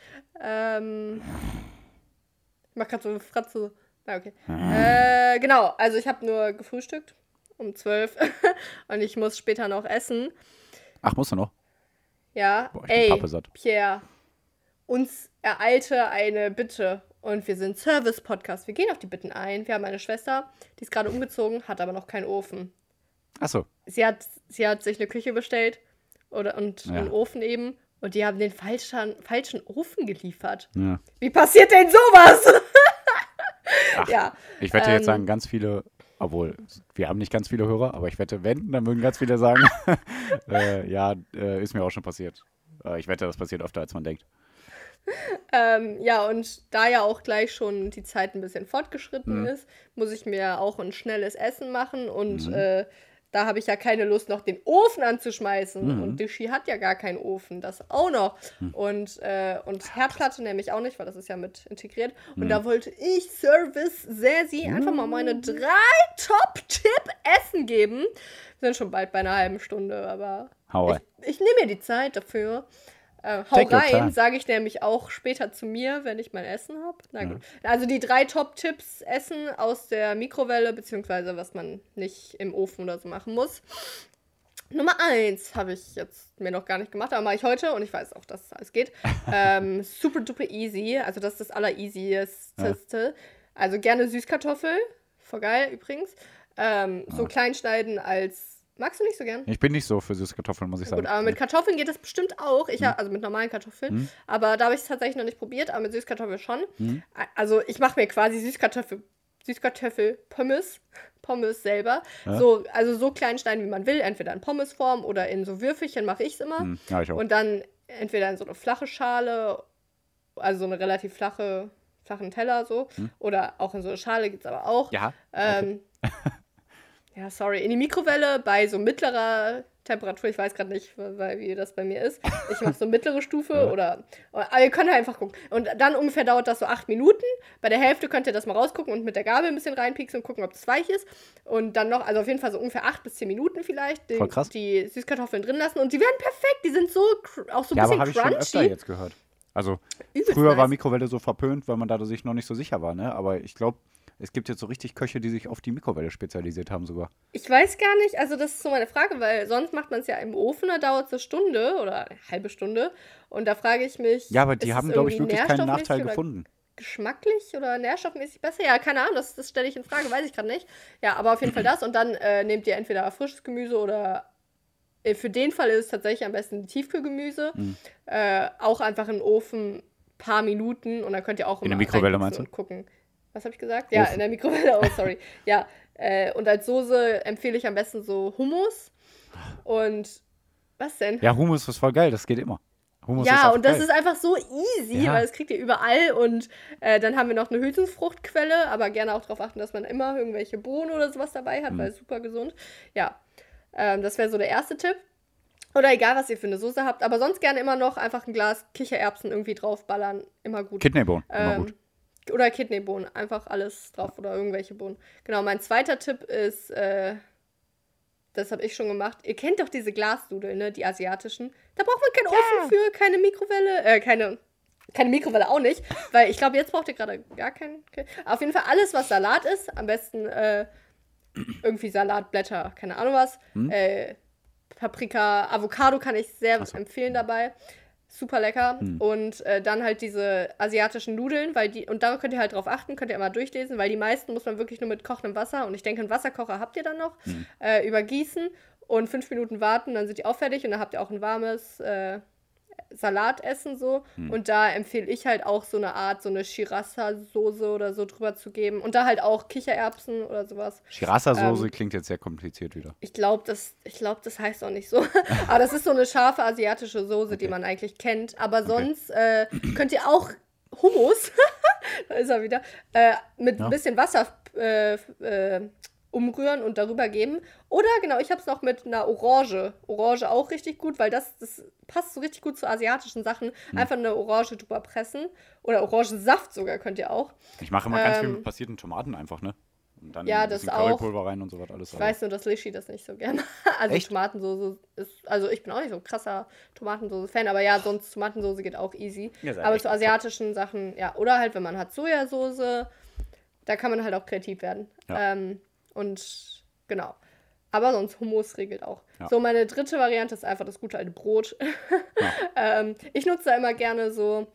S1: Ich mach gerade so eine Fratze. Na, okay. Genau, also ich habe nur gefrühstückt um 12 und ich muss später noch essen.
S2: Ach, musst du noch?
S1: Ja,
S2: Boah, ich bin
S1: ey,
S2: pappesatt.
S1: Pierre, uns ereilte eine Bitte und wir sind Service-Podcast. Wir gehen auf die Bitten ein. Wir haben eine Schwester, die ist gerade umgezogen, hat aber noch keinen Ofen.
S2: Achso.
S1: Sie hat sich eine Küche bestellt und
S2: Ja.
S1: einen Ofen eben und die haben den falschen Ofen geliefert.
S2: Ja.
S1: Wie passiert denn sowas?
S2: Ach,
S1: Ja,
S2: ich wette jetzt sagen, ganz viele, obwohl wir haben nicht ganz viele Hörer, aber ich wette, wenn, dann würden ganz viele sagen, ist mir auch schon passiert. Ich wette, das passiert öfter, als man denkt.
S1: ja, und da ja auch gleich schon die Zeit ein bisschen fortgeschritten ist, muss ich mir auch ein schnelles Essen machen und da habe ich ja keine Lust, noch den Ofen anzuschmeißen. Und Dischi hat ja gar keinen Ofen, das auch noch. Und Herdplatte nämlich auch nicht, weil das ist ja mit integriert. Und da wollte ich Service Sassy einfach mal meine 3 Top-Tipp-Essen geben. Wir sind schon bald bei einer halben Stunde, aber ich nehme mir die Zeit dafür. Hau rein, sage ich nämlich auch später zu mir, wenn ich mein Essen habe. Na gut. Also die 3 Top-Tipps Essen aus der Mikrowelle, beziehungsweise was man nicht im Ofen oder so machen muss. Nummer 1 habe ich jetzt mir noch gar nicht gemacht, aber mache ich heute und ich weiß auch, dass es alles geht. Super duper easy, also das ist das allereasieste. Ja. Also gerne Süßkartoffel, voll geil übrigens. So klein schneiden als... Magst du nicht so gern?
S2: Ich bin nicht so für Süßkartoffeln, muss ich sagen.
S1: Gut, aber mit Kartoffeln geht das bestimmt auch. Also mit normalen Kartoffeln. Aber da habe ich es tatsächlich noch nicht probiert, aber mit Süßkartoffeln schon. Also ich mache mir quasi Pommes selber. Ja. Also so klein schneiden, wie man will. Entweder in Pommesform oder in so Würfelchen mache ich es immer.
S2: Ja, ich auch.
S1: Und dann entweder in so eine flache Schale, also so eine relativ flachen Teller so. Oder auch in so eine Schale gibt es aber auch.
S2: Ja, okay.
S1: Ja, sorry. In die Mikrowelle bei so mittlerer Temperatur. Ich weiß gerade nicht, wie das bei mir ist. Ich mache so mittlere Stufe aber ihr könnt ja einfach gucken. Und dann ungefähr dauert das so 8 Minuten. Bei der Hälfte könnt ihr das mal rausgucken und mit der Gabel ein bisschen reinpieksen und gucken, ob es weich ist. Und dann noch, also auf jeden Fall so ungefähr 8 bis 10 Minuten vielleicht, die Süßkartoffeln drin lassen. Und die werden perfekt. Die sind so auch so ein bisschen crunchy. Ja, aber habe ich schon öfter
S2: jetzt gehört. Also früher war Mikrowelle so verpönt, weil man da sich noch nicht so sicher war, ne? Aber ich glaube, es gibt jetzt so richtig Köche, die sich auf die Mikrowelle spezialisiert haben sogar.
S1: Ich weiß gar nicht, also das ist so meine Frage, weil sonst macht man es ja im Ofen, da dauert es eine Stunde oder eine halbe Stunde. Und da frage ich mich,
S2: ja, aber die haben, glaube ich, wirklich keinen Nachteil gefunden.
S1: Geschmacklich oder nährstoffmäßig besser? Ja, keine Ahnung, das stelle ich in Frage, weiß ich gerade nicht. Ja, aber auf jeden Fall das. Und dann nehmt ihr entweder frisches Gemüse oder für den Fall ist es tatsächlich am besten Tiefkühlgemüse. Auch einfach in den Ofen ein paar Minuten und dann könnt ihr auch
S2: in der Mikrowelle meinst du?
S1: Gucken. Was habe ich gesagt? Ja, in der Mikrowelle. Oh, sorry. Ja, und als Soße empfehle ich am besten so Hummus. Und was denn?
S2: Ja, Hummus ist voll geil, das geht immer. Hummus
S1: ja, und das ist einfach so easy, weil das kriegt ihr überall. Und dann haben wir noch eine Hülsenfruchtquelle, aber gerne auch darauf achten, dass man immer irgendwelche Bohnen oder sowas dabei hat, weil es super gesund. Ja, das wäre so der erste Tipp. Oder egal, was ihr für eine Soße habt. Aber sonst gerne immer noch einfach ein Glas Kichererbsen irgendwie draufballern. Immer gut.
S2: Kidneybohnen, immer gut.
S1: Oder Kidneybohnen, einfach alles drauf oder irgendwelche Bohnen. Genau, mein zweiter Tipp ist, das habe ich schon gemacht. Ihr kennt doch diese Glasnudeln, ne, die asiatischen. Da braucht man keinen Ofen für, keine Mikrowelle, keine Mikrowelle auch nicht, weil ich glaube, jetzt braucht ihr gerade gar keinen. Auf jeden Fall alles, was Salat ist, am besten irgendwie Salatblätter, keine Ahnung was, Paprika, Avocado kann ich sehr empfehlen dabei. Super lecker. Und dann halt diese asiatischen Nudeln, und da könnt ihr halt drauf achten, könnt ihr immer durchlesen, weil die meisten muss man wirklich nur mit kochendem Wasser, und ich denke, einen Wasserkocher habt ihr dann noch, übergießen und 5 Minuten warten, dann sind die auch fertig und dann habt ihr auch ein warmes Salatessen so. Und da empfehle ich halt auch so eine Art, so eine Shirasa-Soße oder so drüber zu geben. Und da halt auch Kichererbsen oder sowas.
S2: Shirasa-Soße klingt jetzt sehr kompliziert wieder.
S1: Ich glaube, das heißt auch nicht so. Aber das ist so eine scharfe asiatische Soße, die man eigentlich kennt. Aber sonst könnt ihr auch Hummus, da ist er wieder, mit ein bisschen Wasser umrühren und darüber geben. Oder, genau, ich habe es noch mit einer Orange. Orange auch richtig gut, weil das passt so richtig gut zu asiatischen Sachen. Einfach eine Orange drüber pressen. Oder Orangensaft sogar könnt ihr auch.
S2: Ich mache immer ganz viel mit passierten Tomaten einfach, ne? Und dann ein bisschen Currypulver rein und so was alles.
S1: Ich weiß nur, dass Lishi das nicht so gerne also echt? Tomatensoße ist, also ich bin auch nicht so ein krasser Tomatensoße-Fan, aber ja, sonst Tomatensoße geht auch easy. Ja, aber zu asiatischen Sachen, ja, oder halt, wenn man hat Sojasauce, da kann man halt auch kreativ werden. Ja. Und genau. Aber sonst Hummus regelt auch. Ja. So, meine dritte Variante ist einfach das gute alte Brot. Ja. Ich nutze da immer gerne so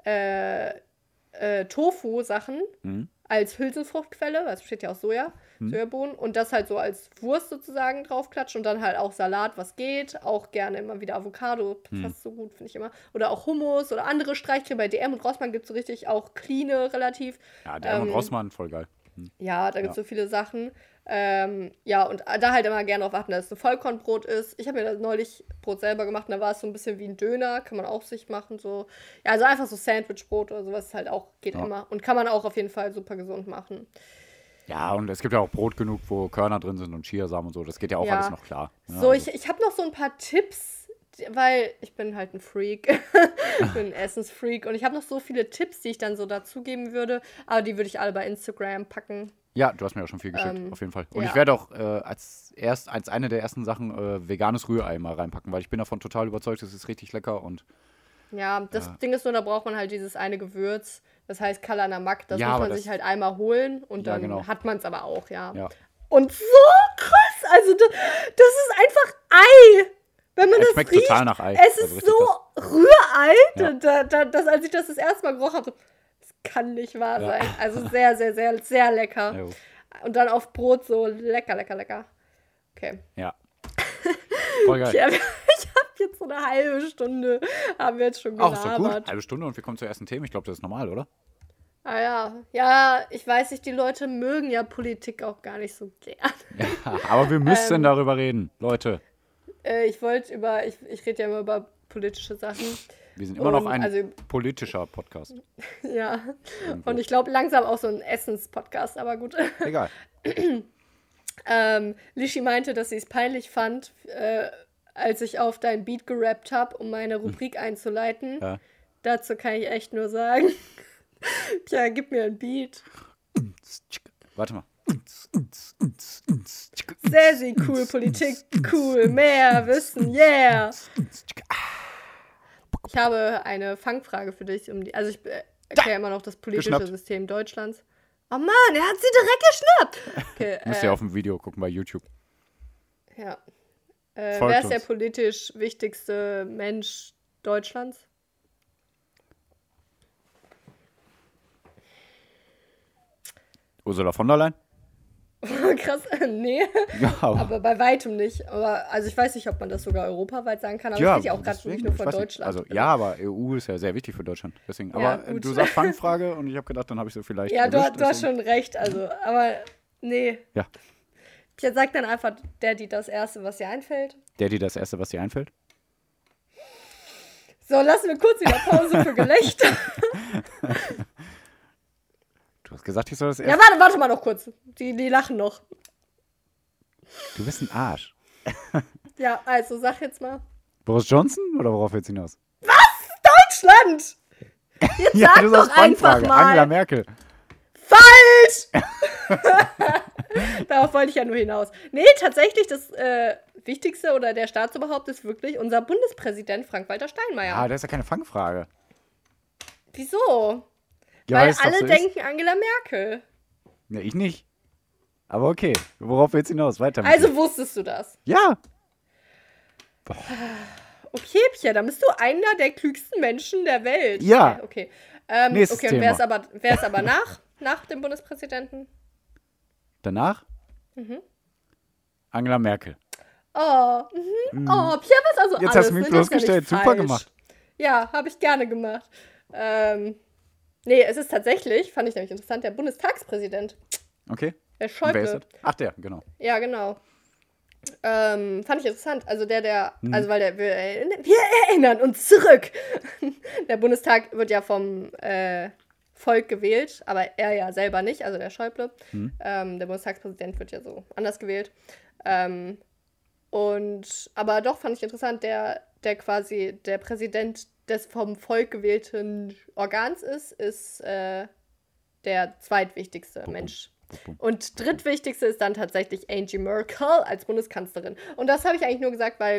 S1: Tofu-Sachen als Hülsenfruchtquelle, weil es besteht ja aus Sojabohnen. Und das halt so als Wurst sozusagen draufklatschen. Und dann halt auch Salat, was geht. Auch gerne immer wieder Avocado, fast so gut, finde ich immer. Oder auch Hummus oder andere Streichcreme. Bei DM und Rossmann gibt es so richtig auch clean relativ.
S2: Ja, DM und Rossmann, voll geil.
S1: Ja, da gibt es so viele Sachen. Ja, und da halt immer gerne darauf achten, dass es ein Vollkornbrot ist. Ich habe mir da neulich Brot selber gemacht, und da war es so ein bisschen wie ein Döner, kann man auch sich machen. So. Ja, also einfach so Sandwichbrot oder sowas halt auch, geht immer. Und kann man auch auf jeden Fall super gesund machen.
S2: Ja, und es gibt ja auch Brot genug, wo Körner drin sind und Chiasamen und so. Das geht ja auch
S1: Ja.
S2: alles noch klar. Ja,
S1: So,
S2: also.
S1: ich habe noch so ein paar Tipps, weil ich bin halt ein Freak. Ich bin ein Essensfreak. Und ich habe noch so viele Tipps, die ich dann so dazugeben würde. Aber die würde ich alle bei Instagram packen.
S2: Ja, du hast mir auch schon viel geschickt, auf jeden Fall. Und
S1: ja.
S2: ich werde auch als eine der ersten Sachen veganes Rührei mal reinpacken, weil ich bin davon total überzeugt, das ist richtig lecker und
S1: Ja, das Ding ist nur, da braucht man halt dieses eine Gewürz. Das heißt Kalanamak. Das
S2: Ja,
S1: muss
S2: aber
S1: man
S2: das-
S1: sich halt einmal holen und
S2: Ja,
S1: dann
S2: genau.
S1: hat man es aber auch, ja.
S2: ja.
S1: Und so krass. Also, das ist einfach Ei. Wenn man
S2: Es
S1: das
S2: schmeckt
S1: riecht,
S2: total nach Ei.
S1: es
S2: Also
S1: ist
S2: richtig
S1: so Rührei.
S2: Ja.
S1: Als ich das erste Mal gerochen habe, das kann nicht wahr
S2: Ja.
S1: sein. Also sehr, sehr, sehr, sehr lecker.
S2: Jo.
S1: Und dann auf Brot so lecker, lecker, lecker. Okay.
S2: Ja. Voll geil.
S1: Ich habe jetzt so eine halbe Stunde, haben wir jetzt schon
S2: Auch so gut.
S1: gelabert.
S2: Halbe Stunde und wir kommen zur ersten Themen. Ich glaube, das ist normal, oder?
S1: Ah ja. Ja, ich weiß nicht, die Leute mögen ja Politik auch gar nicht so gern.
S2: Ja, aber wir müssen darüber reden, Leute.
S1: Ich rede ja immer über politische Sachen.
S2: Wir sind immer noch
S1: Und,
S2: ein
S1: also,
S2: politischer Podcast.
S1: ja.
S2: Irgendwo.
S1: Und ich glaube langsam auch so ein Essens-Podcast, aber gut.
S2: Egal.
S1: Lishi meinte, dass sie es peinlich fand, als ich auf dein Beat gerappt habe, um meine Rubrik einzuleiten.
S2: Ja.
S1: Dazu kann ich echt nur sagen, tja, gib mir ein Beat.
S2: Warte mal.
S1: Sehr, sehr cool, Politik, cool, mehr Wissen, yeah. Ich habe eine Fangfrage für dich. Also ich erkläre immer noch das politische
S2: Geschnappt.
S1: System Deutschlands. Oh Mann, er hat sie direkt geschnappt. Okay,
S2: Müsst ihr auf dem Video gucken bei YouTube.
S1: ja.
S2: Folgt
S1: Wer ist der
S2: uns.
S1: politisch wichtigste Mensch Deutschlands?
S2: Ursula von der Leyen?
S1: Krass, nee.
S2: Ja,
S1: Aber bei weitem nicht. Aber also ich weiß nicht, ob man das sogar europaweit sagen kann, aber ich rede ja auch gerade
S2: deswegen,
S1: wirklich nur
S2: ich
S1: von
S2: weiß nicht.
S1: Deutschland.
S2: Also ja, aber EU ist ja sehr wichtig für Deutschland. Deswegen.
S1: Ja,
S2: Aber
S1: gut.
S2: du sagst Fangfrage und ich habe gedacht, dann habe ich so vielleicht.
S1: Ja, du
S2: erwischt,
S1: hast
S2: deswegen-
S1: schon recht. Also, aber nee.
S2: Ja.
S1: Ich sag dann einfach die das Erste, was dir einfällt.
S2: Die das Erste, was dir einfällt?
S1: So, lassen wir kurz wieder Pause für Gelächter.
S2: Du hast gesagt, ich soll das
S1: Ja,
S2: Erste.
S1: warte mal noch kurz. Die lachen noch.
S2: Du bist ein Arsch.
S1: Ja, also sag jetzt mal.
S2: Boris Johnson oder worauf willst du hinaus?
S1: Deutschland! Jetzt
S2: Ja,
S1: sag
S2: du
S1: doch
S2: sagst
S1: einfach
S2: Fangfrage.
S1: mal.
S2: Angela Merkel.
S1: Falsch! Darauf wollte ich ja nur hinaus. Nee, tatsächlich, das Wichtigste oder der Staatsoberhaupt ist wirklich unser Bundespräsident Frank-Walter Steinmeier.
S2: Ah, das ist ja keine Fangfrage.
S1: Wieso?
S2: Ja,
S1: Weil
S2: es doch
S1: alle
S2: so
S1: denken Angela Merkel.
S2: Ja, ich nicht. Aber okay. Worauf willst du hinaus? Weiter. mit
S1: Also
S2: dir.
S1: wusstest du das.
S2: Ja.
S1: Okay, Pia, dann bist du einer der klügsten Menschen der Welt.
S2: Ja.
S1: Okay.
S2: Nächstes
S1: Okay, und wer
S2: Thema.
S1: ist aber nach dem Bundespräsidenten?
S2: Danach? Angela Merkel.
S1: Oh, oh, Pia, was also
S2: Jetzt
S1: alles,
S2: hast du mich
S1: ne? Das ist ja
S2: bloßgestellt.
S1: nicht
S2: Super
S1: falsch.
S2: gemacht.
S1: Ja, habe ich gerne gemacht. Nee, es ist tatsächlich, fand ich nämlich interessant, der Bundestagspräsident.
S2: Okay.
S1: Der
S2: Und wer ist
S1: Schäuble.
S2: das? Ach, der, genau.
S1: Ja, genau. Fand ich interessant. Also also weil wir erinnern uns zurück. Der Bundestag wird ja vom Volk gewählt, aber er ja selber nicht, also der Schäuble. Der Bundestagspräsident wird ja so anders gewählt. Aber doch fand ich interessant, der quasi der Präsident des vom Volk gewählten Organs ist der zweitwichtigste Mensch. Und drittwichtigste ist dann tatsächlich Angie Merkel als Bundeskanzlerin. Und das habe ich eigentlich nur gesagt, weil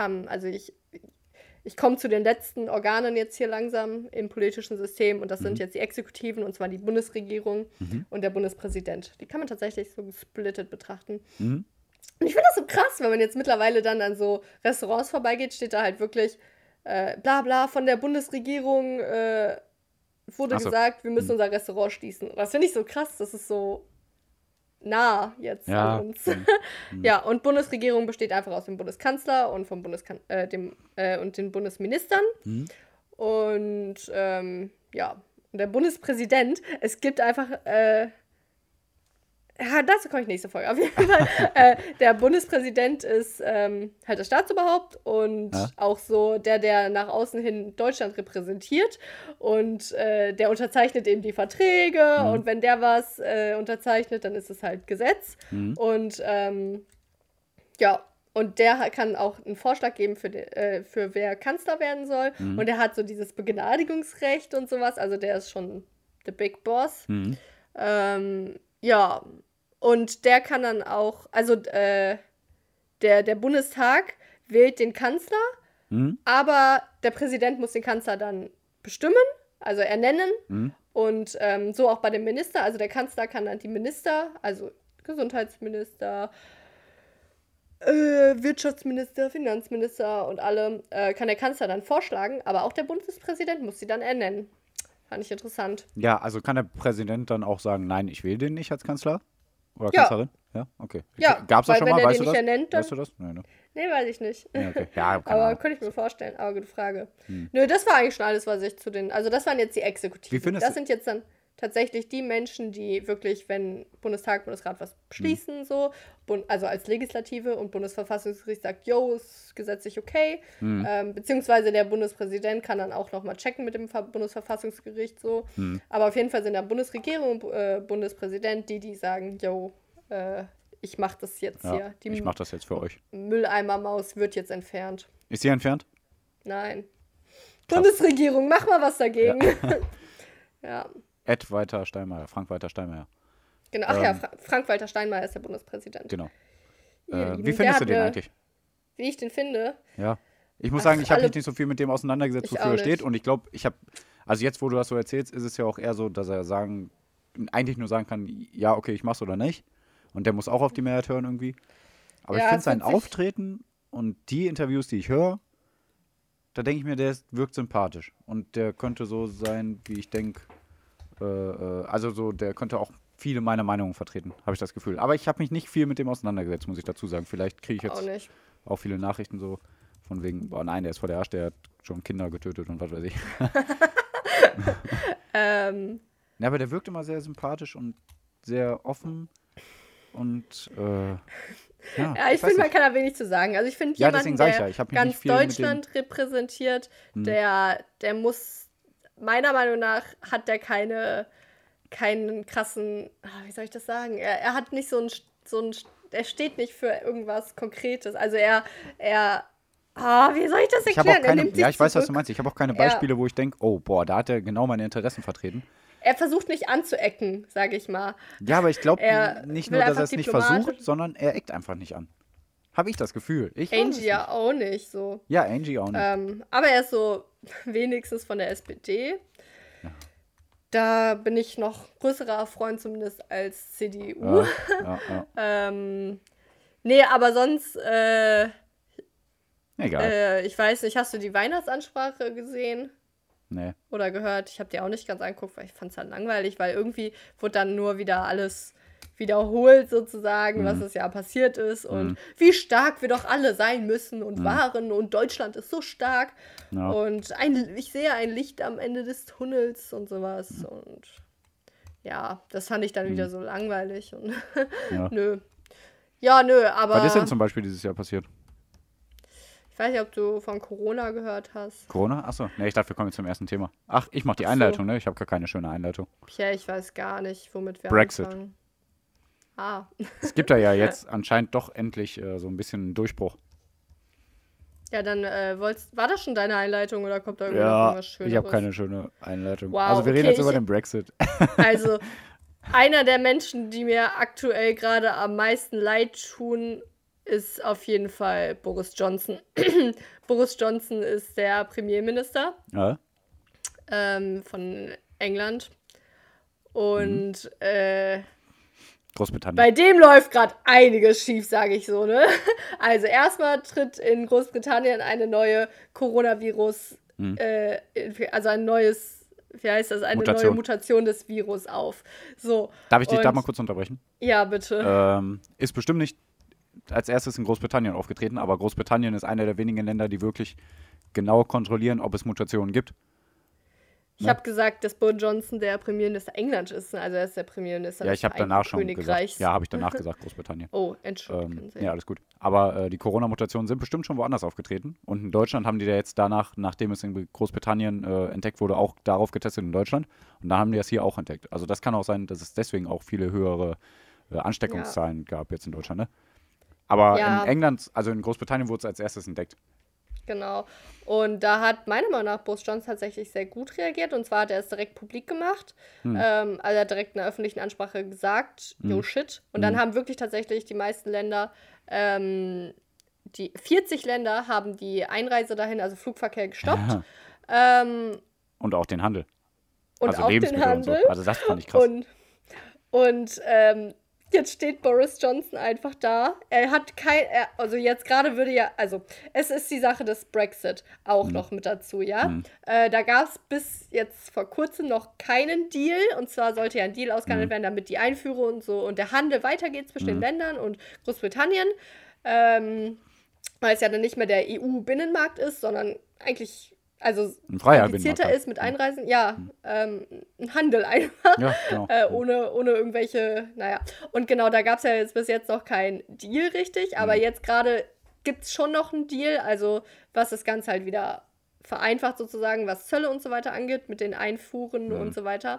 S1: ich komme zu den letzten Organen jetzt hier langsam im politischen System und das sind jetzt die Exekutiven, und zwar die Bundesregierung und der Bundespräsident. Die kann man tatsächlich so gesplittet betrachten. Und ich finde das so krass, wenn man jetzt mittlerweile dann an so Restaurants vorbeigeht, steht da halt wirklich bla bla von der Bundesregierung wurde
S2: Ach so.
S1: gesagt, wir müssen unser Restaurant schließen. Und das finde ich so krass, das ist so nah jetzt
S2: Ja.
S1: an uns. Ja, und Bundesregierung besteht einfach aus dem Bundeskanzler und vom und den Bundesministern. Und ja, und der Bundespräsident, es gibt einfach Ja, dazu komme ich nächste Folge. Auf jeden Fall, der Bundespräsident ist halt das Staatsoberhaupt und
S2: Ja.
S1: auch so der nach außen hin Deutschland repräsentiert. Und der unterzeichnet eben die Verträge und wenn der was unterzeichnet, dann ist es halt Gesetz. Und ja, und der kann auch einen Vorschlag geben für wer Kanzler werden soll. Und der hat so dieses Begnadigungsrecht und sowas. Also der ist schon the big boss. Ja, und der kann dann auch, also der Bundestag wählt den Kanzler, aber der Präsident muss den Kanzler dann bestimmen, also ernennen. Und so auch bei dem Minister, also der Kanzler kann dann die Minister, also Gesundheitsminister, Wirtschaftsminister, Finanzminister und alle, kann der Kanzler dann vorschlagen, aber auch der Bundespräsident muss sie dann ernennen. Fand ich interessant.
S2: Ja, also kann der Präsident dann auch sagen, nein, ich will den nicht als Kanzler? Oder
S1: Ja.
S2: Kanzlerin? Ja, okay.
S1: Ja,
S2: Gab's das
S1: weil
S2: schon
S1: wenn
S2: mal?
S1: er
S2: Weißt
S1: den
S2: du
S1: nicht
S2: das?
S1: ernennt, dann-
S2: Weißt du das? Nee, ne?
S1: Nee, weiß ich nicht.
S2: Ja, okay. Ja, keine
S1: Aber
S2: Ahnung.
S1: könnte ich mir vorstellen. Aber gute Frage. Nö, das war eigentlich schon alles, was ich zu den. Also, das waren jetzt die Exekutiven.
S2: Wie findest
S1: Das
S2: du-
S1: sind jetzt dann tatsächlich die Menschen, die wirklich, wenn Bundestag, Bundesrat was beschließen, so, also als Legislative und Bundesverfassungsgericht sagt, yo, ist gesetzlich okay. Beziehungsweise der Bundespräsident kann dann auch nochmal checken mit dem Bundesverfassungsgericht so. Aber auf jeden Fall sind da Bundesregierung und Bundespräsident, die sagen, yo, ich mach das jetzt
S2: Ja,
S1: hier. Die
S2: ich mach das jetzt für euch.
S1: Mülleimermaus wird jetzt entfernt.
S2: Ist sie entfernt?
S1: Nein.
S2: Krass.
S1: Bundesregierung, mach mal was dagegen. Ja,
S2: Ed Walter Steinmeier, Frank Walter Steinmeier.
S1: genau. Ach ja, Frank-Walter Steinmeier ist der Bundespräsident.
S2: Genau.
S1: Ihr Lieben,
S2: Wie
S1: der
S2: findest du
S1: hat
S2: den
S1: eine-
S2: eigentlich?
S1: Wie ich den finde?
S2: Ja. Ich muss
S1: Ach,
S2: sagen, ich habe
S1: alle-
S2: mich nicht so viel mit dem auseinandergesetzt,
S1: Ich
S2: wofür er
S1: auch
S2: steht.
S1: nicht.
S2: Und ich glaube, also jetzt, wo du das so erzählst, ist es ja auch eher so, dass er eigentlich nur sagen kann, ja, okay, ich mach's oder nicht. Und der muss auch auf die Mehrheit hören irgendwie. Aber
S1: Ja,
S2: ich finde
S1: es
S2: sein
S1: wird sich-
S2: Auftreten und die Interviews, die ich höre, da denke ich mir, wirkt sympathisch. Und der könnte so sein, wie ich denke, also so, der könnte auch viele meiner Meinungen vertreten, habe ich das Gefühl. Aber ich habe mich nicht viel mit dem auseinandergesetzt, muss ich dazu sagen. Vielleicht kriege ich
S1: Auch
S2: jetzt
S1: nicht.
S2: auch viele Nachrichten so von wegen, boah nein, der ist voll der Arsch, der hat schon Kinder getötet und was weiß ich. Ja, aber der wirkt immer sehr sympathisch und sehr offen und
S1: Ja, ich
S2: weiß
S1: finde, man
S2: nicht.
S1: kann da wenig zu sagen. Also ich finde,
S2: Ja,
S1: jemanden,
S2: deswegen sag ich
S1: der
S2: ja, ich hab mich
S1: ganz
S2: nicht viel mit dem-
S1: Deutschland repräsentiert, der muss, meiner Meinung nach, hat der keinen krassen, wie soll ich das sagen? Er hat nicht er steht nicht für irgendwas Konkretes. Also wie soll ich das
S2: Ich habe
S1: erklären?
S2: auch keine,
S1: er nimmt sich
S2: ja, ich weiß, was
S1: zurück.
S2: du meinst. Ich habe auch keine
S1: Er-
S2: Beispiele, wo ich denke, oh, boah, da hat er genau meine Interessen vertreten.
S1: Er versucht nicht anzuecken, sage ich mal.
S2: Ja, aber ich glaube
S1: Er
S2: nicht
S1: will
S2: nur, dass
S1: einfach
S2: er es nicht
S1: diplomatisch-
S2: versucht, sondern er eckt einfach nicht an. Habe ich das Gefühl. Ich weiß es
S1: Angie ja
S2: nicht.
S1: auch nicht so.
S2: Ja, Angie auch nicht.
S1: Aber er ist so wenigstens von der SPD. Da bin ich noch größerer Freund zumindest als CDU.
S2: Ja.
S1: Nee, aber sonst,
S2: Egal.
S1: ich weiß nicht, hast du die Weihnachtsansprache gesehen
S2: Nee.
S1: oder gehört? Ich habe die auch nicht ganz angeguckt, weil ich fand es halt langweilig, weil irgendwie wurde dann nur wieder alles wiederholt sozusagen, was das Jahr passiert ist und wie stark wir doch alle sein müssen und waren und Deutschland ist so stark
S2: Ja.
S1: und ich sehe ein Licht am Ende des Tunnels und sowas und ja, das fand ich dann wieder so langweilig und
S2: Ja.
S1: nö. Ja, nö, aber
S2: Was ist denn zum Beispiel dieses Jahr passiert?
S1: ich weiß nicht, ob du von Corona gehört hast.
S2: Corona? Achso, nee, ich dachte, wir kommen jetzt zum ersten Thema. Ach, ich mache die
S1: Ach so.
S2: Einleitung, ne? Ich habe gar keine schöne Einleitung.
S1: Ja, ich weiß gar nicht, womit wir
S2: Brexit.
S1: anfangen. Ah,
S2: Es gibt da ja jetzt anscheinend doch endlich so ein bisschen einen Durchbruch.
S1: ja, dann war das schon deine Einleitung oder kommt da
S2: Ja,
S1: irgendwas Schöneres?
S2: ich habe keine schöne Einleitung.
S1: Wow,
S2: Also wir reden
S1: okay,
S2: jetzt über
S1: ich-
S2: den Brexit.
S1: Also, einer der Menschen, die mir aktuell gerade am meisten leid tun, ist auf jeden Fall Boris Johnson. Boris Johnson ist der Premierminister
S2: Ja?
S1: von England. Und
S2: Großbritannien.
S1: bei dem läuft gerade einiges schief, sage ich so, ne? Also erstmal tritt in Großbritannien eine neue Coronavirus, also ein neues, wie heißt das, eine
S2: Mutation.
S1: neue Mutation des Virus auf. So.
S2: Darf ich dich da
S1: und-
S2: mal kurz unterbrechen?
S1: Ja, bitte.
S2: Ist bestimmt nicht als erstes in Großbritannien aufgetreten, aber Großbritannien ist einer der wenigen Länder, die wirklich genau kontrollieren, ob es Mutationen gibt.
S1: Ich habe gesagt, dass Boris Johnson der Premierminister Englands ist. Also er ist der Premierminister
S2: Ja,
S1: des
S2: ich habe
S1: Vereinigten
S2: danach schon gesagt.
S1: Königreichs.
S2: Ja, habe ich danach gesagt, Großbritannien.
S1: Oh, entschuldigen Sie.
S2: Ja, alles gut. Aber die Corona-Mutationen sind bestimmt schon woanders aufgetreten. Und in Deutschland haben die da jetzt danach, nachdem es in Großbritannien entdeckt wurde, auch darauf getestet in Deutschland. Und da haben die das hier auch entdeckt. Also das kann auch sein, dass es deswegen auch viele höhere Ansteckungszahlen gab jetzt in Deutschland, ne? Aber
S1: Ja.
S2: in England, also in Großbritannien wurde es als erstes entdeckt.
S1: Genau. Und da hat meiner Meinung nach Boris Johnson tatsächlich sehr gut reagiert. Und zwar hat er es direkt publik gemacht. Also er hat direkt in einer öffentlichen Ansprache gesagt, yo shit. Und dann haben wirklich tatsächlich die meisten Länder, die 40 Länder haben die Einreise dahin, also Flugverkehr gestoppt.
S2: Und auch den Handel.
S1: Und
S2: also
S1: auch den
S2: Lebensmittel und so.
S1: Handel.
S2: Also das fand ich krass.
S1: Und jetzt steht Boris Johnson einfach da. Er hat also jetzt gerade würde ja, also es ist die Sache des Brexit auch noch mit dazu, ja. Da gab es bis jetzt vor kurzem noch keinen Deal. Und zwar sollte ja ein Deal ausgehandelt werden, damit die Einfuhr und so und der Handel weitergeht zwischen den Ländern und Großbritannien. Weil es ja dann nicht mehr der EU-Binnenmarkt ist, sondern eigentlich
S2: ein freier
S1: komplizierter
S2: Binnenmarkt.
S1: ist mit Einreisen. Ja, ein Handel einfach.
S2: Ja, genau.
S1: Ohne irgendwelche, naja. Und genau, da gab es ja jetzt bis jetzt noch kein Deal richtig, aber jetzt gerade gibt es schon noch einen Deal, also was das Ganze halt wieder vereinfacht sozusagen, was Zölle und so weiter angeht, mit den Einfuhren und so weiter.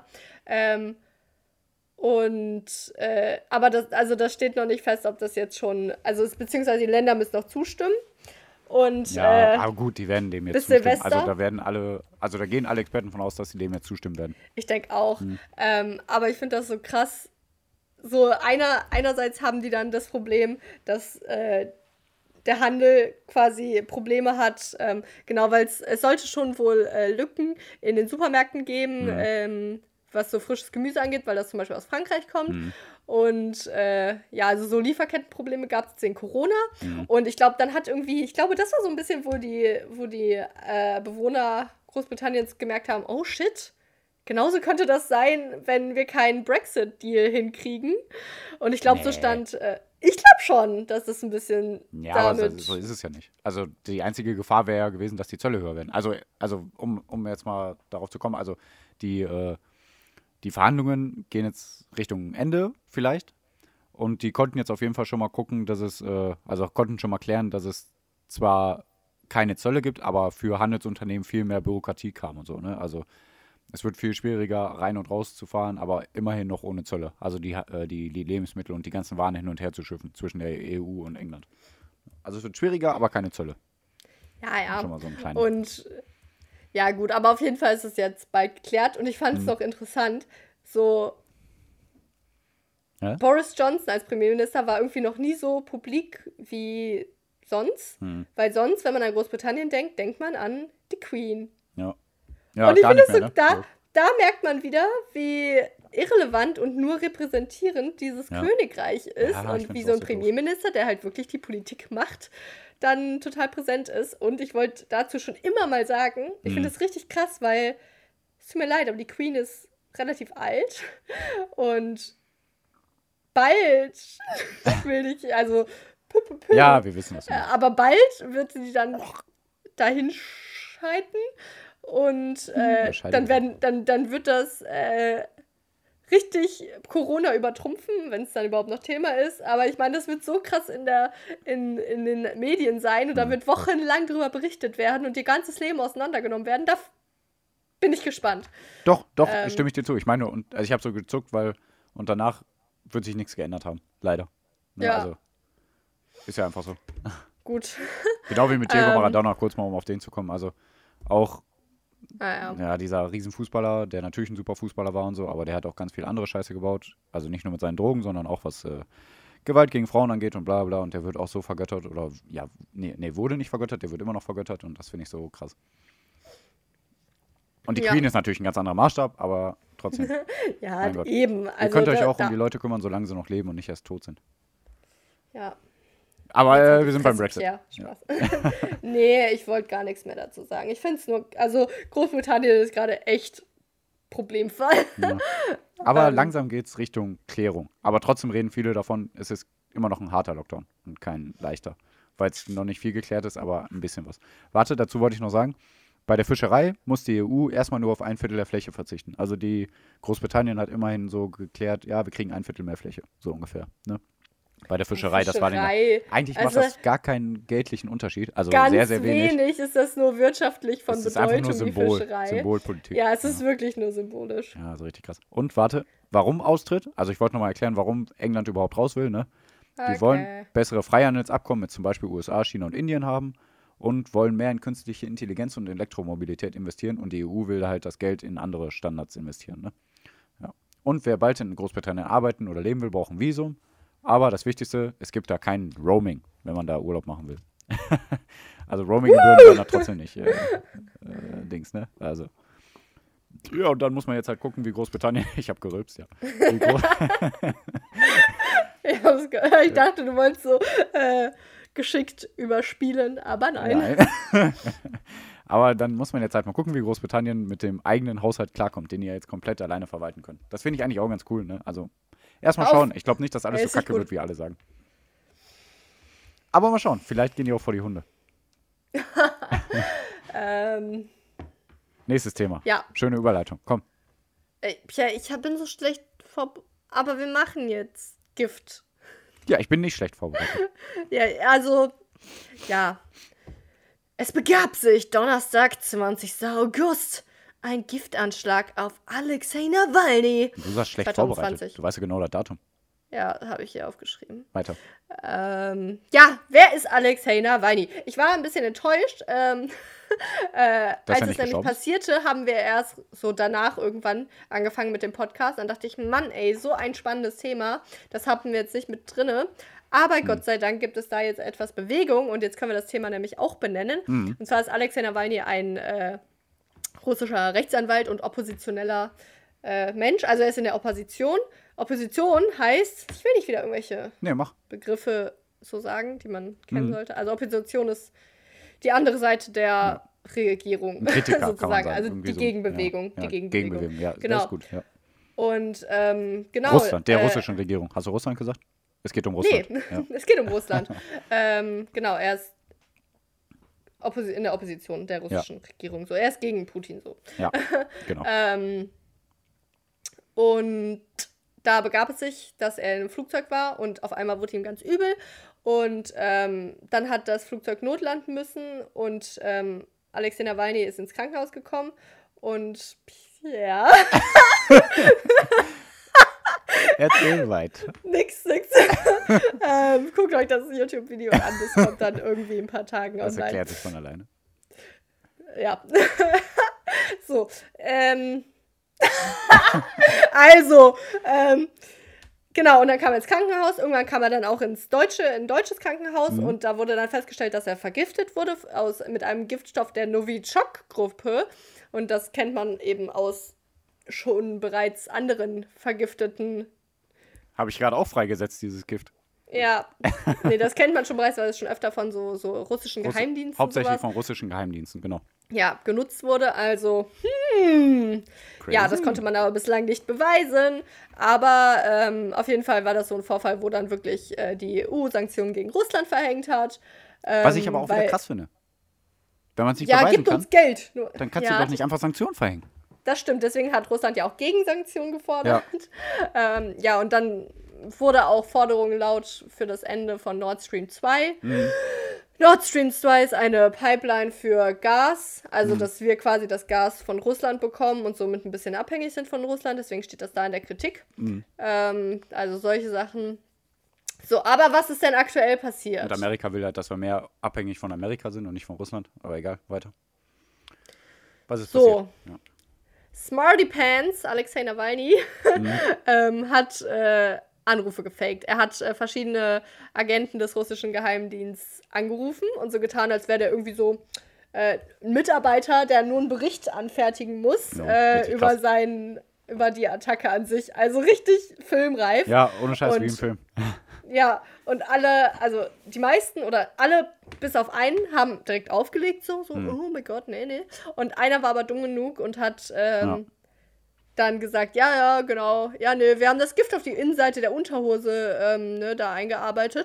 S1: Aber das steht noch nicht fest, ob das jetzt schon, beziehungsweise die Länder müssen noch zustimmen. Und,
S2: ja, aber gut, die werden dem jetzt
S1: bis
S2: zustimmen.
S1: Silvester?
S2: Also da gehen alle Experten von aus, dass sie dem jetzt zustimmen werden.
S1: Ich denke auch. Aber ich finde das so krass. So einerseits haben die dann das Problem, dass der Handel quasi Probleme hat. Genau, weil es sollte schon wohl Lücken in den Supermärkten geben, was so frisches Gemüse angeht, weil das zum Beispiel aus Frankreich kommt. Und also so Lieferkettenprobleme gab es wegen Corona. Und ich glaube, das war so ein bisschen, wo die Bewohner Großbritanniens gemerkt haben, oh shit, genauso könnte das sein, wenn wir keinen Brexit-Deal hinkriegen. Und ich glaube, so stand, ich glaube schon, dass das ein bisschen
S2: Ja,
S1: damit...
S2: aber so ist es ja nicht. Also die einzige Gefahr wäre ja gewesen, dass die Zölle höher werden. Also um jetzt mal darauf zu kommen, also die Verhandlungen gehen jetzt Richtung Ende vielleicht und die konnten jetzt auf jeden Fall schon mal gucken, dass konnten schon mal klären, dass es zwar keine Zölle gibt, aber für Handelsunternehmen viel mehr Bürokratie kam und so, ne? Also es wird viel schwieriger rein und raus zu fahren, aber immerhin noch ohne Zölle. Also die Lebensmittel und die ganzen Waren hin und her zu schiffen zwischen der EU und England. Also es wird schwieriger, aber keine Zölle.
S1: Ja.
S2: Schon mal so ein kleiner.
S1: Und ja, gut, aber auf jeden Fall ist es jetzt bald geklärt und ich fand es noch interessant, so
S2: Ja?
S1: Boris Johnson als Premierminister war irgendwie noch nie so publik wie sonst, weil sonst, wenn man an Großbritannien denkt, denkt man an die Queen.
S2: Ja. Ja,
S1: Und ich
S2: gar
S1: finde
S2: nicht mehr, ne?
S1: da merkt man wieder, wie irrelevant und nur repräsentierend dieses Königreich ist
S2: Ja, ich
S1: und
S2: find's
S1: wie
S2: auch
S1: so ein
S2: sehr doof.
S1: Premierminister, der halt wirklich die Politik macht, dann total präsent ist. Und ich wollte dazu schon immer mal sagen, ich finde das richtig krass, weil es tut mir leid, aber die Queen ist relativ alt und bald, ich will nicht, also
S2: Ja, wir wissen das nicht.
S1: aber bald wird sie dann dahin scheiden und dann wird das richtig Corona übertrumpfen, wenn es dann überhaupt noch Thema ist. Aber ich meine, das wird so krass in den Medien sein und da wird wochenlang drüber berichtet werden und ihr ganzes Leben auseinandergenommen werden. Da bin ich gespannt.
S2: Doch, stimme ich dir zu. Ich meine, also ich habe so gezuckt, und danach wird sich nichts geändert haben. Leider. Ne,
S1: Ja.
S2: Also, ist ja einfach so.
S1: Gut.
S2: Genau wie mit Diego Maradona, kurz mal, um auf den zu kommen. Also auch
S1: Ja.
S2: ja, dieser Riesenfußballer, der natürlich ein super Fußballer war und so, aber der hat auch ganz viel andere Scheiße gebaut. Also nicht nur mit seinen Drogen, sondern auch was Gewalt gegen Frauen angeht und bla bla. Und der wird auch so vergöttert oder, ja, nee, wurde nicht vergöttert, der wird immer noch vergöttert und das finde ich so krass. Und die
S1: Ja.
S2: Queen ist natürlich ein ganz anderer Maßstab, aber trotzdem.
S1: Ja,
S2: Mein Gott.
S1: eben.
S2: Ihr
S1: Also
S2: könnt euch auch um die Leute kümmern, solange sie noch leben und nicht erst tot sind.
S1: Ja.
S2: Aber wir sind beim Brexit.
S1: Ja, Spaß. Nee, ich wollte gar nichts mehr dazu sagen. Ich finde es nur, also Großbritannien ist gerade echt Problemfall.
S2: Ja. Aber langsam geht es Richtung Klärung. Aber trotzdem reden viele davon, es ist immer noch ein harter Lockdown und kein leichter. Weil es noch nicht viel geklärt ist, aber ein bisschen was. Warte, dazu wollte ich noch sagen, Bei der Fischerei muss die EU erstmal nur auf 1/4 der Fläche verzichten. Also die Großbritannien hat immerhin so geklärt, ja, wir kriegen 1/4 mehr Fläche, so ungefähr. Ne? Bei der Fischerei, das war eigentlich macht das gar keinen geldlichen Unterschied. Also
S1: ganz
S2: sehr, sehr wenig.
S1: ist das nur wirtschaftlich von
S2: Es ist einfach
S1: Bedeutung,
S2: nur
S1: die Fischerei.
S2: Symbolpolitik.
S1: Ja, es ist wirklich nur symbolisch.
S2: Ja, also richtig krass. Und warte, warum Austritt? Also ich wollte nochmal erklären, warum England überhaupt raus will. Ne? Die wollen bessere Freihandelsabkommen mit zum Beispiel USA, China und Indien haben und wollen mehr in künstliche Intelligenz und Elektromobilität investieren. Und die EU will halt das Geld in andere Standards investieren. Ne? Ja. Und wer bald in Großbritannien arbeiten oder leben will, braucht ein Visum. Aber das Wichtigste, es gibt da kein Roaming, wenn man da Urlaub machen will. Also Roaming-Gebühren werden da trotzdem nicht Dings, ne? Also. Ja, und dann muss man jetzt halt gucken, wie Großbritannien, ich habe gerülpst, ja.
S1: Ich dachte, du wolltest so geschickt überspielen, aber nein.
S2: Aber dann muss man jetzt halt mal gucken, wie Großbritannien mit dem eigenen Haushalt klarkommt, den ihr jetzt komplett alleine verwalten könnt. Das finde ich eigentlich auch ganz cool, ne? Also erstmal schauen. Ich glaube nicht, dass alles so kacke wird, wie alle sagen. Aber mal schauen. Vielleicht gehen die auch vor die Hunde. Nächstes Thema.
S1: Ja.
S2: Schöne Überleitung. Komm.
S1: Ich bin so schlecht aber wir machen jetzt Gift.
S2: Ja, ich bin nicht schlecht vorbereitet.
S1: Ja, also, ja. Es begab sich Donnerstag, 20. August. Ein Giftanschlag auf Alexei Nawalny.
S2: Du sagst schlecht
S1: 2020.
S2: vorbereitet. Du weißt ja genau das Datum.
S1: Ja, habe ich hier aufgeschrieben.
S2: Weiter.
S1: Ja, wer ist Alexei Nawalny? Ich war ein bisschen enttäuscht. Als es nämlich passierte, haben wir erst so danach irgendwann angefangen mit dem Podcast. Dann dachte ich, Mann, ey, so ein spannendes Thema. Das hatten wir jetzt nicht mit drinne. Aber Gott sei Dank gibt es da jetzt etwas Bewegung. Und jetzt können wir das Thema nämlich auch benennen. Und zwar ist Alexei Nawalny ein russischer Rechtsanwalt und oppositioneller Mensch. Also er ist in der Opposition. Opposition heißt, ich will nicht wieder irgendwelche Begriffe so sagen, die man kennen sollte. Also Opposition ist die andere Seite der Regierung,
S2: Kritiker,
S1: sozusagen.
S2: Kann man sagen.
S1: Also
S2: irgendwie
S1: die Gegenbewegung.
S2: So. Ja,
S1: die Gegenbewegung.
S2: Ja,
S1: genau.
S2: Das ist gut. Ja.
S1: Und genau.
S2: Russland, der russischen Regierung. Hast du Russland gesagt? Es geht um Russland.
S1: Nee, es geht um Russland. Genau, er ist in der Opposition der russischen Regierung. So, er ist gegen Putin so.
S2: Ja, genau.
S1: Und da begab es sich, dass er in einem Flugzeug war und auf einmal wurde ihm ganz übel. Und dann hat das Flugzeug notlanden müssen und Alexei Nawalny ist ins Krankenhaus gekommen. Und ja.
S2: Erzähl weiter.
S1: Nix. Guckt euch das YouTube-Video an, das kommt dann irgendwie in ein paar Tagen online.
S2: Das erklärt sich von alleine.
S1: Ja. So, also, genau, und dann kam er ins Krankenhaus. Irgendwann kam er dann auch in ein deutsches Krankenhaus. Und da wurde dann festgestellt, dass er vergiftet wurde mit einem Giftstoff der Novichok-Gruppe. Und das kennt man eben aus schon bereits anderen vergifteten.
S2: Habe ich gerade auch freigesetzt, dieses Gift.
S1: Ja, nee, das kennt man schon bereits, weil es schon öfter von so russischen Geheimdiensten
S2: hauptsächlich von russischen Geheimdiensten, genau.
S1: Ja, genutzt wurde, also, ja, das konnte man aber bislang nicht beweisen, aber auf jeden Fall war das so ein Vorfall, wo dann wirklich die EU Sanktionen gegen Russland verhängt hat.
S2: Was ich aber auch wieder krass finde. Wenn man es nicht beweisen
S1: gibt
S2: kann,
S1: uns Geld.
S2: Dann kannst du doch nicht einfach Sanktionen verhängen.
S1: Das stimmt, deswegen hat Russland ja auch Gegensanktionen gefordert. Ja, und dann wurde auch Forderungen laut für das Ende von Nord Stream 2. Nord Stream 2 ist eine Pipeline für Gas, also dass wir quasi das Gas von Russland bekommen und somit ein bisschen abhängig sind von Russland, deswegen steht das da in der Kritik. Also solche Sachen. So, aber was ist denn aktuell passiert?
S2: Und Amerika will halt, dass wir mehr abhängig von Amerika sind und nicht von Russland, aber egal, weiter. Was ist passiert? Ja.
S1: Smarty Pants, Alexei Nawalny, hat Anrufe gefaked. Er hat verschiedene Agenten des russischen Geheimdienstes angerufen und so getan, als wäre der irgendwie so ein Mitarbeiter, der nur einen Bericht anfertigen muss über die Attacke an sich. Also richtig filmreif.
S2: Ja, ohne Scheiß, wie im Film.
S1: Ja, und alle, also die meisten oder alle bis auf einen haben direkt aufgelegt, so oh mein Gott, nee. Und einer war aber dumm genug und hat dann gesagt, genau, ja, nee, wir haben das Gift auf die Innenseite der Unterhose da eingearbeitet.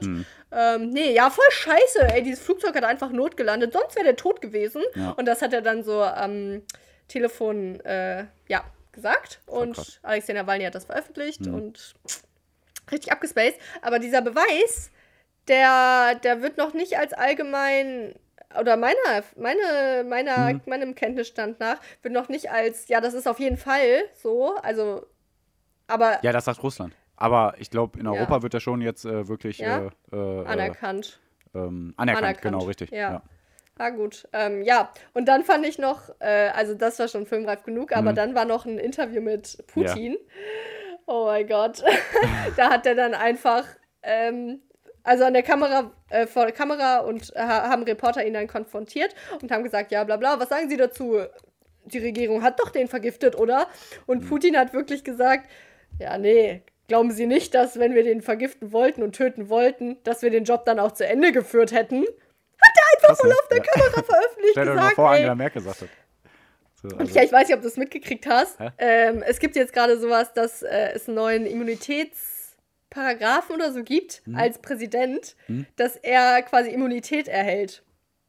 S1: Nee, ja, voll scheiße. Ey, dieses Flugzeug hat einfach notgelandet. Sonst wäre der tot gewesen.
S2: Ja.
S1: Und das hat er dann so am Telefon, ja, gesagt. Und
S2: krass.
S1: Alexei Nawalny hat das veröffentlicht und richtig abgespaced. Aber dieser Beweis, der wird noch nicht als allgemein, oder meinem Kenntnisstand nach, wird noch nicht als, ja, das ist auf jeden Fall so. Also, aber
S2: Ja, das sagt Russland. Aber ich glaube, in
S1: Ja.
S2: Europa wird er schon jetzt wirklich
S1: Ja? anerkannt.
S2: anerkannt. Genau, richtig.
S1: Ja. Ah, gut. Ja, und dann fand ich noch, also das war schon filmreif genug, aber dann war noch ein Interview mit Putin. Oh mein Gott. Da hat er dann einfach, also an der Kamera, vor der Kamera und haben Reporter ihn dann konfrontiert und haben gesagt, ja, bla bla, was sagen Sie dazu? Die Regierung hat doch den vergiftet, oder? Und Putin hat wirklich gesagt, ja, nee, glauben Sie nicht, dass wenn wir den vergiften wollten und töten wollten, dass wir den Job dann auch zu Ende geführt hätten?
S2: Krass, ne?
S1: Auf der Kamera veröffentlicht
S2: Stell dir mal
S1: gesagt,
S2: vor,
S1: ey.
S2: Angela Merkel sagt das. So,
S1: Und ich weiß nicht, ob du es mitgekriegt hast.
S2: Hä?
S1: Es gibt jetzt gerade sowas, dass es einen neuen Immunitätsparagraphen oder so gibt als Präsident, dass er quasi Immunität erhält.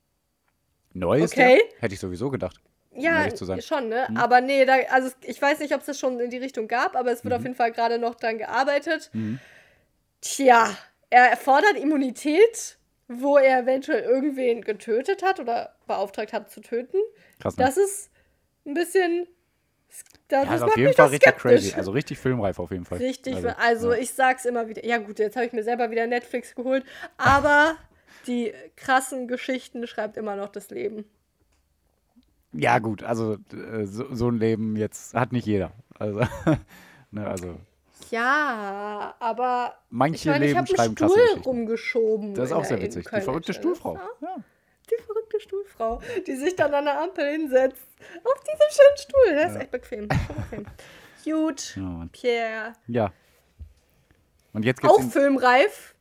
S2: Neues
S1: Okay.
S2: Jahr? Hätte ich sowieso gedacht. um
S1: Ja,
S2: ehrlich zu sein.
S1: schon, ne? Aber nee, also ich weiß nicht, ob es das schon in die Richtung gab, aber es wird auf jeden Fall gerade noch dran gearbeitet. Tja, er fordert Immunität, wo er eventuell irgendwen getötet hat oder beauftragt hat zu töten.
S2: Krass, ne?
S1: Das ist ein bisschen. Das
S2: Ja, ist
S1: macht
S2: auf jeden
S1: mich
S2: Fall
S1: doch
S2: richtig
S1: skeptisch.
S2: crazy. Also richtig filmreif auf jeden Fall.
S1: Richtig,
S2: ja.
S1: ich sag's immer wieder. Ja gut, jetzt habe ich mir selber wieder Netflix geholt, aber die krassen Geschichten schreibt immer noch das Leben.
S2: Ja, gut, also so ein Leben jetzt hat nicht jeder. Also, ne, also
S1: Ja, aber
S2: manche
S1: ich
S2: Leben
S1: habe einen
S2: schreiben krasse
S1: Stuhl
S2: Geschichten.
S1: rumgeschoben.
S2: Das ist
S1: in
S2: auch sehr
S1: der
S2: witzig. Die
S1: College,
S2: verrückte Stuhlfrau.
S1: ne?
S2: Ja.
S1: Die verrückte Stuhlfrau, die sich dann an der Ampel hinsetzt. Auf diesem schönen Stuhl. Der ist echt bequem. Schon bequem. Gut,
S2: Ja, Mann.
S1: Pierre.
S2: Ja. Und jetzt geht's
S1: Auch filmreif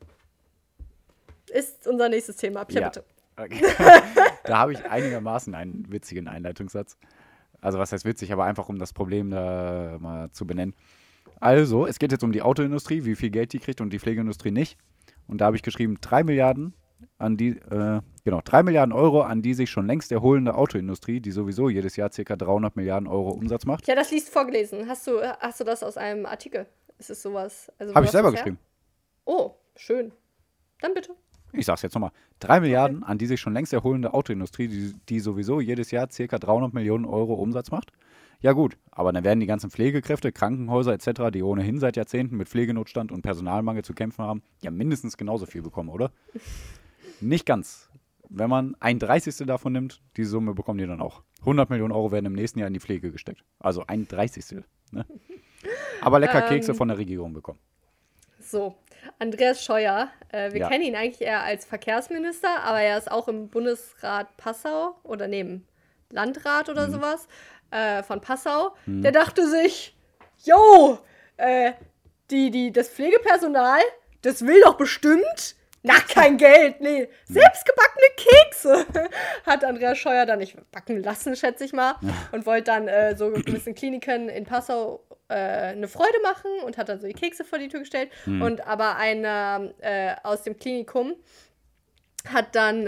S1: ist unser nächstes Thema. Pierre,
S2: Ja.
S1: bitte.
S2: Okay. Da habe ich einigermaßen einen witzigen Einleitungssatz. Also was heißt witzig, aber einfach um das Problem da mal zu benennen. Also, es geht jetzt um die Autoindustrie, wie viel Geld die kriegt und die Pflegeindustrie nicht. Und da habe ich geschrieben, 3 Milliarden Euro, an die sich schon längst erholende Autoindustrie, die sowieso jedes Jahr ca. 300 Milliarden Euro Umsatz macht.
S1: Ja, das liest vorgelesen. Hast du das aus einem Artikel? Ist es sowas? Also, wo
S2: Habe ich
S1: hast
S2: selber
S1: du's her?
S2: geschrieben.
S1: Oh, schön. Dann bitte.
S2: Ich sag's jetzt nochmal. 3 Milliarden, an die sich schon längst erholende Autoindustrie, die sowieso jedes Jahr ca. 300 Millionen Euro Umsatz macht. Ja gut, aber dann werden die ganzen Pflegekräfte, Krankenhäuser etc., die ohnehin seit Jahrzehnten mit Pflegenotstand und Personalmangel zu kämpfen haben, ja mindestens genauso viel bekommen, oder? Nicht ganz. Wenn man 1/30 davon nimmt, die Summe bekommen die dann auch. 100 Millionen Euro werden im nächsten Jahr in die Pflege gesteckt. Also 1/30. Ne? Aber lecker Kekse von der Regierung bekommen.
S1: So, Andreas Scheuer, wir
S2: Ja.
S1: kennen ihn eigentlich eher als Verkehrsminister, aber er ist auch im Bundesrat Passau oder neben Landrat oder sowas von Passau. Der dachte sich, yo, das Pflegepersonal, das will doch bestimmt, kein Geld, nee, selbstgebackene Kekse hat Andreas Scheuer dann nicht backen lassen, schätze ich mal, und wollte dann so gewissen Kliniken in Passau eine Freude machen und hat dann so die Kekse vor die Tür gestellt. Und aber einer aus dem Klinikum hat dann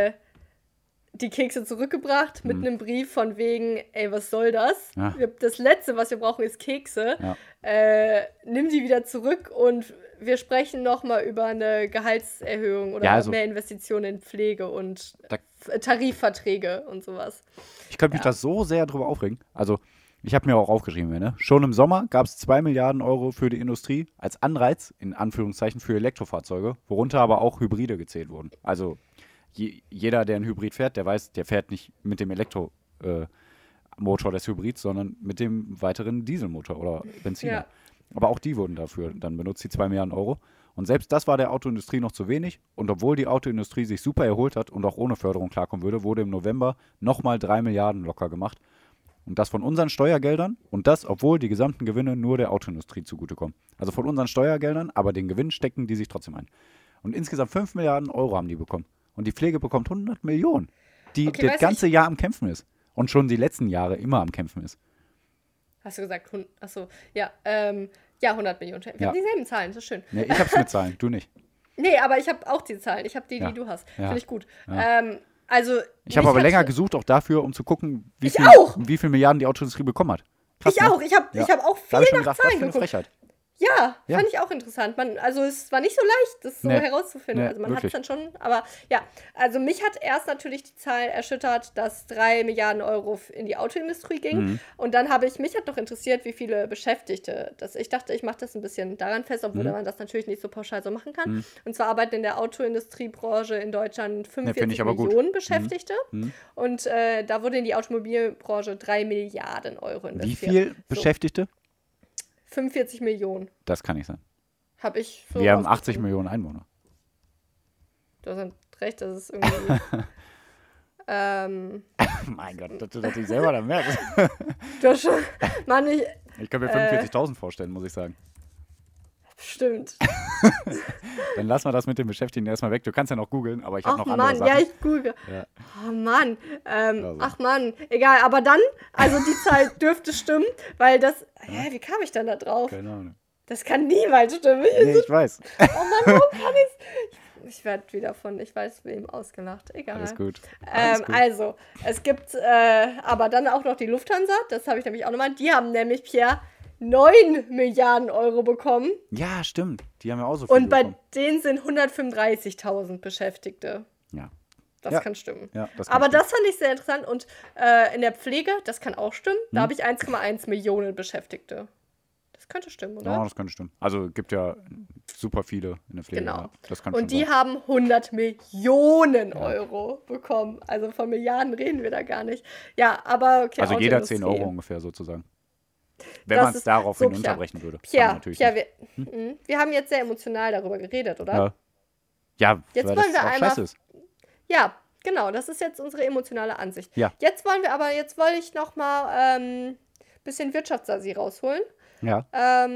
S1: die Kekse zurückgebracht mit einem Brief von wegen, ey, was soll das?
S2: Ja.
S1: Das Letzte, was wir brauchen, ist Kekse.
S2: Ja.
S1: Nimm die wieder zurück und wir sprechen nochmal über eine Gehaltserhöhung oder
S2: Ja, also-
S1: mehr Investitionen in Pflege und
S2: Da-
S1: Tarifverträge und sowas.
S2: Ich könnte mich da so sehr drüber aufregen. Also, ich habe mir auch aufgeschrieben, ne? Schon im Sommer gab es 2 Milliarden Euro für die Industrie als Anreiz, in Anführungszeichen, für Elektrofahrzeuge, worunter aber auch Hybride gezählt wurden. Also, jeder, der ein Hybrid fährt, der weiß, der fährt nicht mit dem Elektromotor des Hybrids, sondern mit dem weiteren Dieselmotor oder Benziner.
S1: Ja.
S2: Aber auch die wurden dafür dann benutzt, die 2 Milliarden Euro. Und selbst das war der Autoindustrie noch zu wenig. Und obwohl die Autoindustrie sich super erholt hat und auch ohne Förderung klarkommen würde, wurde im November nochmal 3 Milliarden locker gemacht. Und das von unseren Steuergeldern. Und das, obwohl die gesamten Gewinne nur der Autoindustrie zugutekommen. Also von unseren Steuergeldern, aber den Gewinn stecken die sich trotzdem ein. Und insgesamt 5 Milliarden Euro haben die bekommen. Und die Pflege bekommt 100 Millionen, die
S1: Okay,
S2: das
S1: weiß
S2: ganze Jahr am Kämpfen ist. Und schon die letzten Jahre immer am Kämpfen ist.
S1: Hast du gesagt, achso, ja, ja, 100 Millionen. Wir
S2: Ja.
S1: haben dieselben Zahlen, das ist schön.
S2: Nee, ich hab's mit Zahlen, du nicht.
S1: Nee, aber ich habe auch die Zahlen. Ich habe die
S2: Ja.
S1: du hast.
S2: Ja.
S1: Finde ich gut.
S2: Ja.
S1: Also
S2: Ich habe
S1: mich
S2: aber
S1: hat-
S2: länger gesucht, auch dafür, um zu gucken, wie
S1: Ich
S2: viel,
S1: auch.
S2: wie viel Milliarden die Autoindustrie bekommen hat. Krass,
S1: Ich
S2: ne?
S1: auch. Ich habe
S2: Ja.
S1: auch
S2: Da
S1: viel
S2: habe ich schon
S1: nach
S2: gedacht, was
S1: Zahlen
S2: für eine
S1: geguckt.
S2: Frechheit.
S1: Ja,
S2: Ja.
S1: fand ich auch interessant. Also es war nicht so leicht, das so
S2: Nee.
S1: herauszufinden.
S2: Nee,
S1: Also man hat es
S2: wirklich.
S1: dann schon, aber ja. Also mich hat erst natürlich die Zahl erschüttert, dass 3 Milliarden Euro in die Autoindustrie ging.
S2: Mhm.
S1: Und dann mich hat noch interessiert, wie viele Beschäftigte. Ich dachte, ich mache das ein bisschen daran fest, obwohl man das natürlich nicht so pauschal so machen kann. Und zwar arbeiten in der Autoindustriebranche in Deutschland
S2: finde
S1: 45
S2: ich aber gut.
S1: Millionen Beschäftigte. Und da wurde in die Automobilbranche 3 Milliarden Euro investiert.
S2: Wie viel
S1: So,
S2: Beschäftigte?
S1: 45 Millionen.
S2: Das kann nicht sein.
S1: Habe ich so
S2: Wir haben 80
S1: rausgefunden.
S2: Millionen Einwohner.
S1: Du hast recht, das ist irgendwie.
S2: Mein Gott, dass du das nicht selber dann merkst.
S1: Du hast schon. Mann,
S2: Ich kann mir 45.000 vorstellen, muss ich sagen.
S1: stimmt.
S2: Dann lassen wir das mit den Beschäftigten erstmal weg. Du kannst ja noch googeln, aber ich habe
S1: Ach
S2: noch andere
S1: Mann,
S2: Sachen.
S1: ja, ich google.
S2: Ja.
S1: Oh Mann.
S2: Also.
S1: Ach Mann, egal, aber dann, also die Zahl dürfte stimmen, weil das. Hä, wie kam ich dann da drauf?
S2: Keine Ahnung.
S1: Das kann niemals stimmen.
S2: Nee, ich weiß.
S1: Oh Mann, warum kann ich's? Ich werde wieder von, ich weiß wem, ausgelacht. Egal.
S2: Alles gut. Alles gut.
S1: Also, es gibt aber dann auch noch die Lufthansa, das habe ich nämlich auch nochmal. Die haben nämlich, Pierre, 9 Milliarden Euro bekommen.
S2: Ja, stimmt. Die haben ja auch so viel
S1: Und bei
S2: bekommen.
S1: denen sind 135.000 Beschäftigte.
S2: Ja.
S1: Das
S2: Ja.
S1: kann stimmen.
S2: Ja, das kann
S1: Aber
S2: stimmen.
S1: das fand ich sehr interessant. Und in der Pflege, das kann auch stimmen, da habe ich 1,1 Millionen Beschäftigte. Das könnte stimmen, oder?
S2: Ja, das könnte stimmen. Also gibt ja super viele in der Pflege.
S1: Genau.
S2: Ja. Das kann
S1: Und
S2: schon
S1: die
S2: sein.
S1: haben 100 Millionen Euro bekommen. Also von Milliarden reden wir da gar nicht. Ja, aber okay.
S2: Also jeder 10
S1: Autoindustrie.
S2: Euro ungefähr sozusagen. Wenn
S1: Das
S2: man es
S1: ist
S2: daraufhin
S1: so,
S2: unterbrechen würde. Kann man
S1: Pierre,
S2: natürlich
S1: Pierre,
S2: nicht.
S1: wir haben jetzt sehr emotional darüber geredet, oder?
S2: Ja. Ja,
S1: Jetzt
S2: weil
S1: wollen
S2: das
S1: wir
S2: auch
S1: einmal-
S2: scheiße ist.
S1: Ja, genau, das ist jetzt unsere emotionale Ansicht.
S2: Ja.
S1: Jetzt wollte ich noch mal ein bisschen Wirtschaftssasi rausholen.
S2: Ja.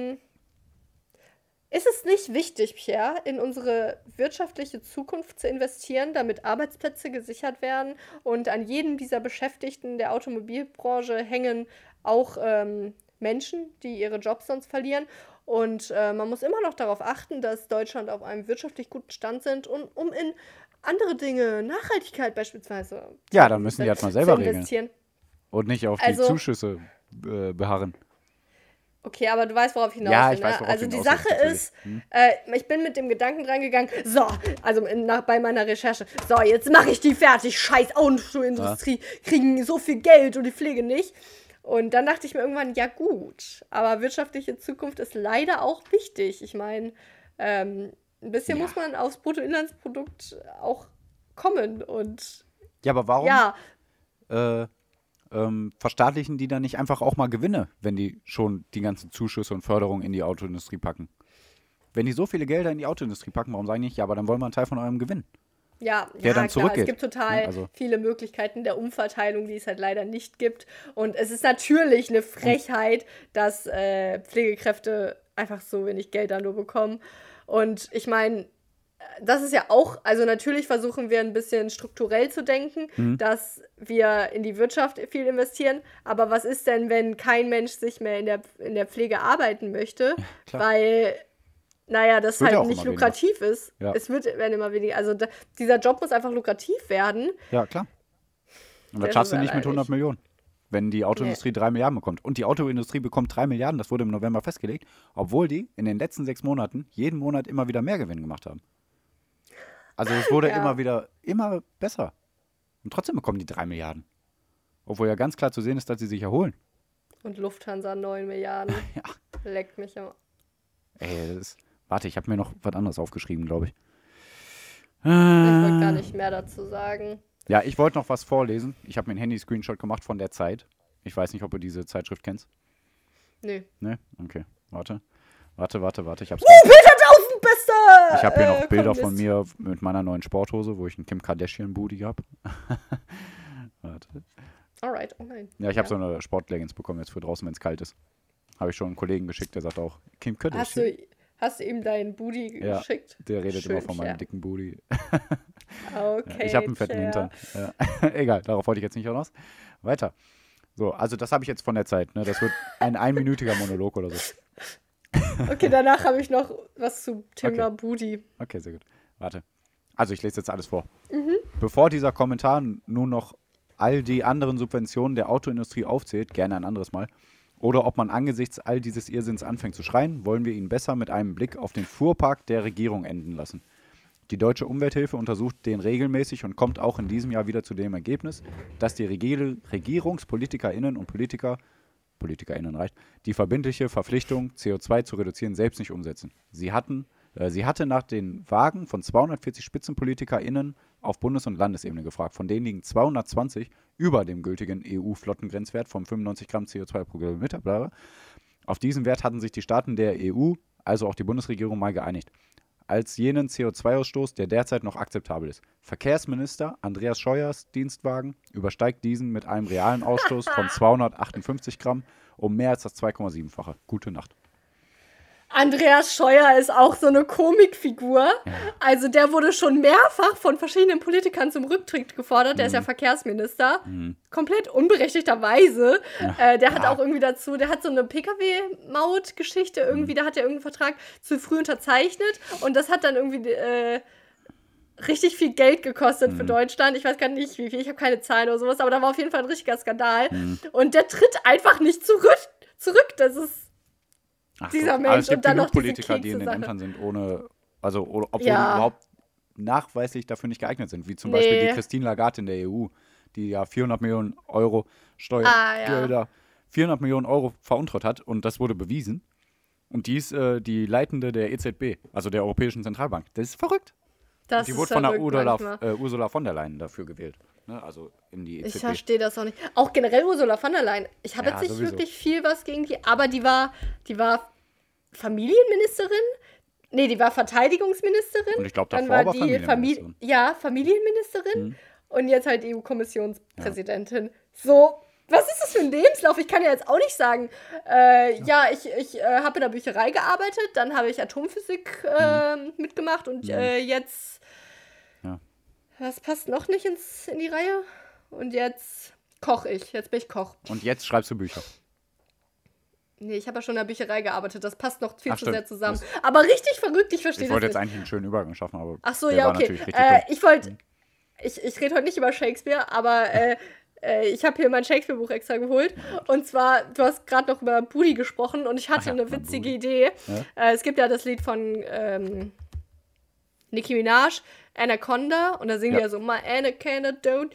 S1: Ist es nicht wichtig, Pierre, in unsere wirtschaftliche Zukunft zu investieren, damit Arbeitsplätze gesichert werden? Und an jedem dieser Beschäftigten der Automobilbranche hängen auch Menschen, die ihre Jobs sonst verlieren. Und man muss immer noch darauf achten, dass Deutschland auf einem wirtschaftlich guten Stand sind, um in andere Dinge, Nachhaltigkeit beispielsweise,
S2: Ja, dann müssen die halt mal selber
S1: zu
S2: regeln.
S1: investieren.
S2: Und nicht auf
S1: Also-
S2: die Zuschüsse beharren.
S1: Okay, aber du weißt, worauf ich hinaus
S2: Ja,
S1: will,
S2: ich weiß,
S1: ne?
S2: worauf
S1: Also
S2: du
S1: die
S2: hinaus
S1: Sache
S2: willst,
S1: ist, ich bin mit dem Gedanken reingegangen, so, also bei meiner Recherche, so, jetzt mache ich die fertig, scheiß Autoindustrie, kriegen so viel Geld und die Pflege nicht. Und dann dachte ich mir irgendwann, ja gut, aber wirtschaftliche Zukunft ist leider auch wichtig. Ich meine, ein bisschen
S2: Ja.
S1: muss man aufs Bruttoinlandsprodukt auch kommen und
S2: Ja, aber warum
S1: ja,
S2: verstaatlichen die dann nicht einfach auch mal Gewinne, wenn die schon die ganzen Zuschüsse und Förderungen in die Autoindustrie packen? Wenn die so viele Gelder in die Autoindustrie packen, warum sagen die nicht, ja, aber dann wollen wir einen Teil von eurem Gewinn?
S1: Ja,
S2: der dann
S1: klar,
S2: zurückgeht.
S1: es gibt total
S2: Ja, also-
S1: viele Möglichkeiten der Umverteilung, die es halt leider nicht gibt. Und es ist natürlich eine Frechheit, dass Pflegekräfte einfach so wenig Geld da nur bekommen. Und ich meine, das ist ja auch, also natürlich versuchen wir ein bisschen strukturell zu denken, dass wir in die Wirtschaft viel investieren. Aber was ist denn, wenn kein Mensch sich mehr in der Pflege arbeiten möchte?
S2: klar.
S1: Weil, naja, das
S2: Wird ja
S1: halt
S2: auch
S1: nicht
S2: immer
S1: lukrativ ist.
S2: Ja.
S1: Es werden immer weniger. Also dieser Job muss einfach lukrativ werden.
S2: Ja, klar. Und das
S1: Das
S2: schaffst du
S1: ist
S2: nicht mit 100
S1: leider
S2: Millionen. Wenn die Autoindustrie 3 Milliarden bekommt. Und die Autoindustrie bekommt 3 Milliarden, das wurde im November festgelegt, obwohl die in den letzten 6 Monaten jeden Monat immer wieder mehr Gewinn gemacht haben. Also es wurde
S1: Ja.
S2: immer besser. Und trotzdem bekommen die 3 Milliarden. Obwohl ja ganz klar zu sehen ist, dass sie sich erholen.
S1: Und Lufthansa 9 Milliarden.
S2: Ja.
S1: Leckt mich immer.
S2: Ey, warte, ich habe mir noch was anderes aufgeschrieben, glaube ich.
S1: Ich wollte gar nicht mehr dazu sagen.
S2: Ja, ich wollte noch was vorlesen. Ich habe mir einen Handy-Screenshot gemacht von der Zeit. Ich weiß nicht, ob du diese Zeitschrift kennst.
S1: Nö.
S2: Ne? Okay, warte. Ich hab's
S1: Peter 1000 Beste!
S2: Ich habe hier noch Bilder von mir mit meiner neuen Sporthose, wo ich einen Kim Kardashian-Booty habe. Warte.
S1: Alright, oh nein.
S2: Ja, ich habe so eine Sportleggings bekommen jetzt für draußen, wenn es kalt ist. Habe ich schon einen Kollegen geschickt, der sagt auch, Kim Kardashian.
S1: Hast du ihm deinen Booty
S2: Ja,
S1: geschickt?
S2: Der redet
S1: Schön,
S2: immer von meinem
S1: Pierre.
S2: dicken Booty.
S1: Okay,
S2: Ich habe einen fetten
S1: Pierre.
S2: Hintern. Ja. Egal, darauf wollte ich jetzt nicht hinaus. Weiter. So, also das habe ich jetzt von der Zeit. Ne? Das wird ein einminütiger Monolog oder so.
S1: Okay, danach habe ich noch was zu Thema
S2: Okay.
S1: Budi.
S2: Okay, sehr gut. Warte. Also ich lese jetzt alles vor. Bevor dieser Kommentar nun noch all die anderen Subventionen der Autoindustrie aufzählt, gerne ein anderes Mal, oder ob man angesichts all dieses Irrsinns anfängt zu schreien, wollen wir ihn besser mit einem Blick auf den Fuhrpark der Regierung enden lassen. Die Deutsche Umwelthilfe untersucht den regelmäßig und kommt auch in diesem Jahr wieder zu dem Ergebnis, dass die RegierungspolitikerInnen und PolitikerInnen reicht, die verbindliche Verpflichtung, CO2 zu reduzieren, selbst nicht umsetzen. Sie hatte nach den Wagen von 240 SpitzenpolitikerInnen auf Bundes- und Landesebene gefragt. Von denen liegen 220 über dem gültigen EU-Flottengrenzwert von 95 Gramm CO2 pro Kilometer. Bla. Auf diesen Wert hatten sich die Staaten der EU, also auch die Bundesregierung, mal geeinigt. Als jenen CO2-Ausstoß, der derzeit noch akzeptabel ist. Verkehrsminister Andreas Scheuers Dienstwagen übersteigt diesen mit einem realen Ausstoß von 258 Gramm um mehr als das 2,7-fache. Gute Nacht.
S1: Andreas Scheuer ist auch so eine Komikfigur. Also der wurde schon mehrfach von verschiedenen Politikern zum Rücktritt gefordert. Der ist ja Verkehrsminister. Komplett unberechtigterweise. Der hat auch irgendwie dazu, der hat so eine Pkw-Maut-Geschichte irgendwie, da hat er irgendeinen Vertrag zu früh unterzeichnet. Und das hat dann irgendwie richtig viel Geld gekostet für Deutschland. Ich weiß gar nicht, wie viel, ich habe keine Zahlen oder sowas, aber da war auf jeden Fall ein richtiger Skandal. Und der tritt einfach nicht zurück. Das ist dieser Mensch.
S2: Aber es gibt
S1: und dann
S2: genug
S1: noch diese
S2: Politiker, die in den
S1: Kekse-Sache.
S2: Ämtern sind, obwohl
S1: Ja.
S2: die überhaupt nachweislich dafür nicht geeignet sind. Wie zum Beispiel die Christine Lagarde in der EU, die ja 400 Millionen Euro Steuergelder, 400 Millionen Euro veruntreut hat und das wurde bewiesen. Und die ist die Leitende der EZB, also der Europäischen Zentralbank. Das ist verrückt.
S1: Das
S2: Die
S1: ist
S2: wurde von der
S1: verrückt manchmal.
S2: Ursula von der Leyen dafür gewählt. Ne? Also in die EZB.
S1: Ich verstehe das auch nicht. Auch generell Ursula von der Leyen. Ich habe
S2: Ja,
S1: jetzt nicht
S2: sowieso.
S1: wirklich viel was gegen die, aber die war Familienministerin. Nee, die war Verteidigungsministerin.
S2: Und ich glaube,
S1: Dann
S2: davor
S1: war
S2: war
S1: die
S2: Familienministerin.
S1: Familienministerin. Und jetzt halt EU-Kommissionspräsidentin. So, was ist das für ein Lebenslauf? Ich kann ja jetzt auch nicht sagen, ich habe in der Bücherei gearbeitet, dann habe ich Atomphysik mitgemacht und jetzt,
S2: Ja.
S1: was passt noch nicht in die Reihe? Und jetzt koche ich. Jetzt bin ich Koch.
S2: Und jetzt schreibst du Bücher.
S1: Nee, ich habe ja schon in der Bücherei gearbeitet. Das passt noch viel
S2: Ach,
S1: zu
S2: stimmt.
S1: sehr zusammen.
S2: Das-
S1: Aber richtig verrückt, ich verstehe
S2: Ich
S1: das
S2: wollte
S1: nicht.
S2: jetzt eigentlich einen schönen Übergang schaffen, aber
S1: Ach so,
S2: der
S1: ja,
S2: war
S1: okay.
S2: natürlich richtig dumm.
S1: Ich rede heute nicht über Shakespeare, aber ich habe hier mein Shakespeare-Buch extra geholt. Und zwar, du hast gerade noch über Budi gesprochen und ich hatte
S2: Ach ja,
S1: eine
S2: über
S1: witzige
S2: Budi.
S1: Idee.
S2: Ja?
S1: Es gibt ja das Lied von Nicki Minaj, Anaconda, und da singen die ja so, my Anaconda don't,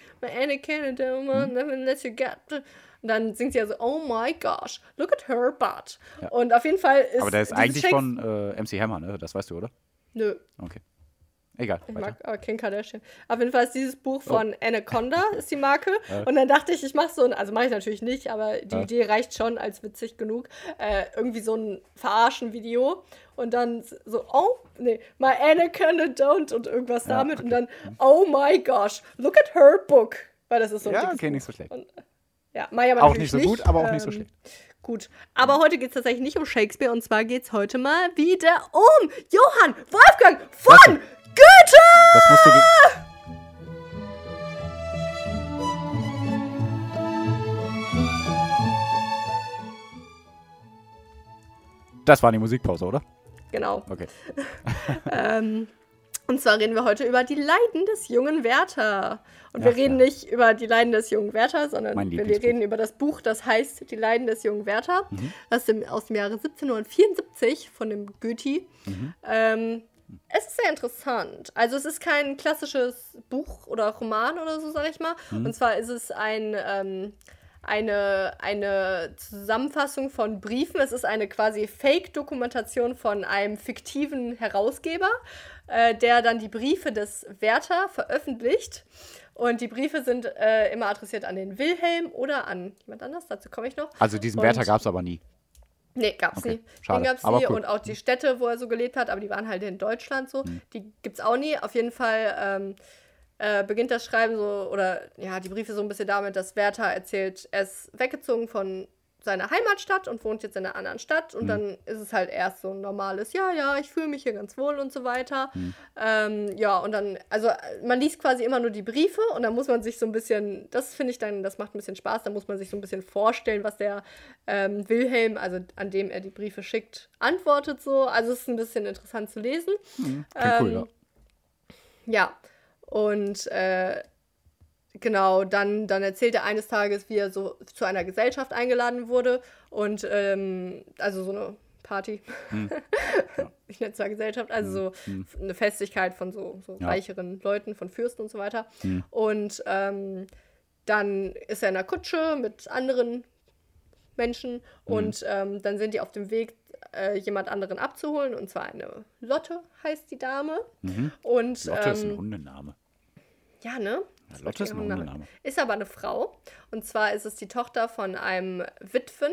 S1: never let you get. Und dann singt sie ja so, oh my gosh, look at her butt.
S2: Ja.
S1: Und auf jeden Fall ist
S2: Aber der ist
S1: dieses
S2: eigentlich
S1: Shakespeare-
S2: von MC Hammer, ne? Das weißt du, oder?
S1: Nö.
S2: Okay. Egal,
S1: Ich
S2: weiter.
S1: mag Kim Kardashian. Auf jeden Fall ist dieses Buch von Anaconda, ist die Marke. Und dann dachte ich mache so ein, also mache ich natürlich nicht, aber die Idee reicht schon als witzig genug. Irgendwie so ein Verarschen-Video. Und dann so, my Anaconda don't und irgendwas damit. Und dann, oh my gosh, look at her book. Weil das ist so ein
S2: Ja,
S1: dickes
S2: okay,
S1: Buch.
S2: nicht so schlecht.
S1: Und, ja, Maya
S2: Auch nicht so gut, aber auch nicht so schlecht.
S1: Gut, aber heute geht es tatsächlich nicht um Shakespeare und zwar geht es heute mal wieder um Johann Wolfgang von Goethe!
S2: Das musst du. Das war die Musikpause, oder?
S1: Genau.
S2: Okay.
S1: Und zwar reden wir heute über die Leiden des jungen Werther. Und
S2: Ach
S1: wir reden
S2: ja.
S1: nicht über die Leiden des jungen Werther, sondern
S2: Mein
S1: wir
S2: Lieblingsbuch.
S1: reden über das Buch, das heißt Die Leiden des jungen Werther. Das ist aus dem Jahre 1774 von dem Goethe. Es ist sehr interessant. Also es ist kein klassisches Buch oder Roman oder so, sag ich mal. Und zwar ist es eine Zusammenfassung von Briefen. Es ist eine quasi Fake-Dokumentation von einem fiktiven Herausgeber, der dann die Briefe des Werther veröffentlicht. Und die Briefe sind immer adressiert an den Wilhelm oder an jemand anders. Dazu komme ich noch.
S2: Also diesen
S1: Und-
S2: Werther gab es aber nie.
S1: Nee, gab's
S2: Okay,
S1: nie.
S2: schade.
S1: Den gab's
S2: Aber
S1: nie
S2: cool.
S1: und auch die Städte, wo er so gelebt hat, aber die waren halt in Deutschland so. Die gibt's auch nie. Auf jeden Fall beginnt das Schreiben so, oder ja, die Briefe so ein bisschen damit, dass Werther erzählt, er ist weggezogen seine Heimatstadt und wohnt jetzt in einer anderen Stadt und dann ist es halt erst so ein normales, ja, ich fühle mich hier ganz wohl und so weiter. Ja, und dann, also man liest quasi immer nur die Briefe und dann muss man sich so ein bisschen, das finde ich dann, das macht ein bisschen Spaß, da muss man sich so ein bisschen vorstellen, was der Wilhelm, also an dem er die Briefe schickt, antwortet so. Also es ist ein bisschen interessant zu lesen.
S2: Klingt cool, ja.
S1: Ja, und genau, dann erzählt er eines Tages, wie er so zu einer Gesellschaft eingeladen wurde und also so eine Party. Ich nenne es zwar Gesellschaft, also so eine Festigkeit von so reicheren Leuten, von Fürsten und so weiter. Und dann ist er in der Kutsche mit anderen Menschen und dann sind die auf dem Weg, jemand anderen abzuholen, und zwar eine Lotte heißt die Dame. Und,
S2: Lotte ist ein Hundename.
S1: Ja, ne?
S2: Ja, Lotte ist ein Hundename.
S1: Ist aber eine Frau. Und zwar ist es die Tochter von einem Witwen.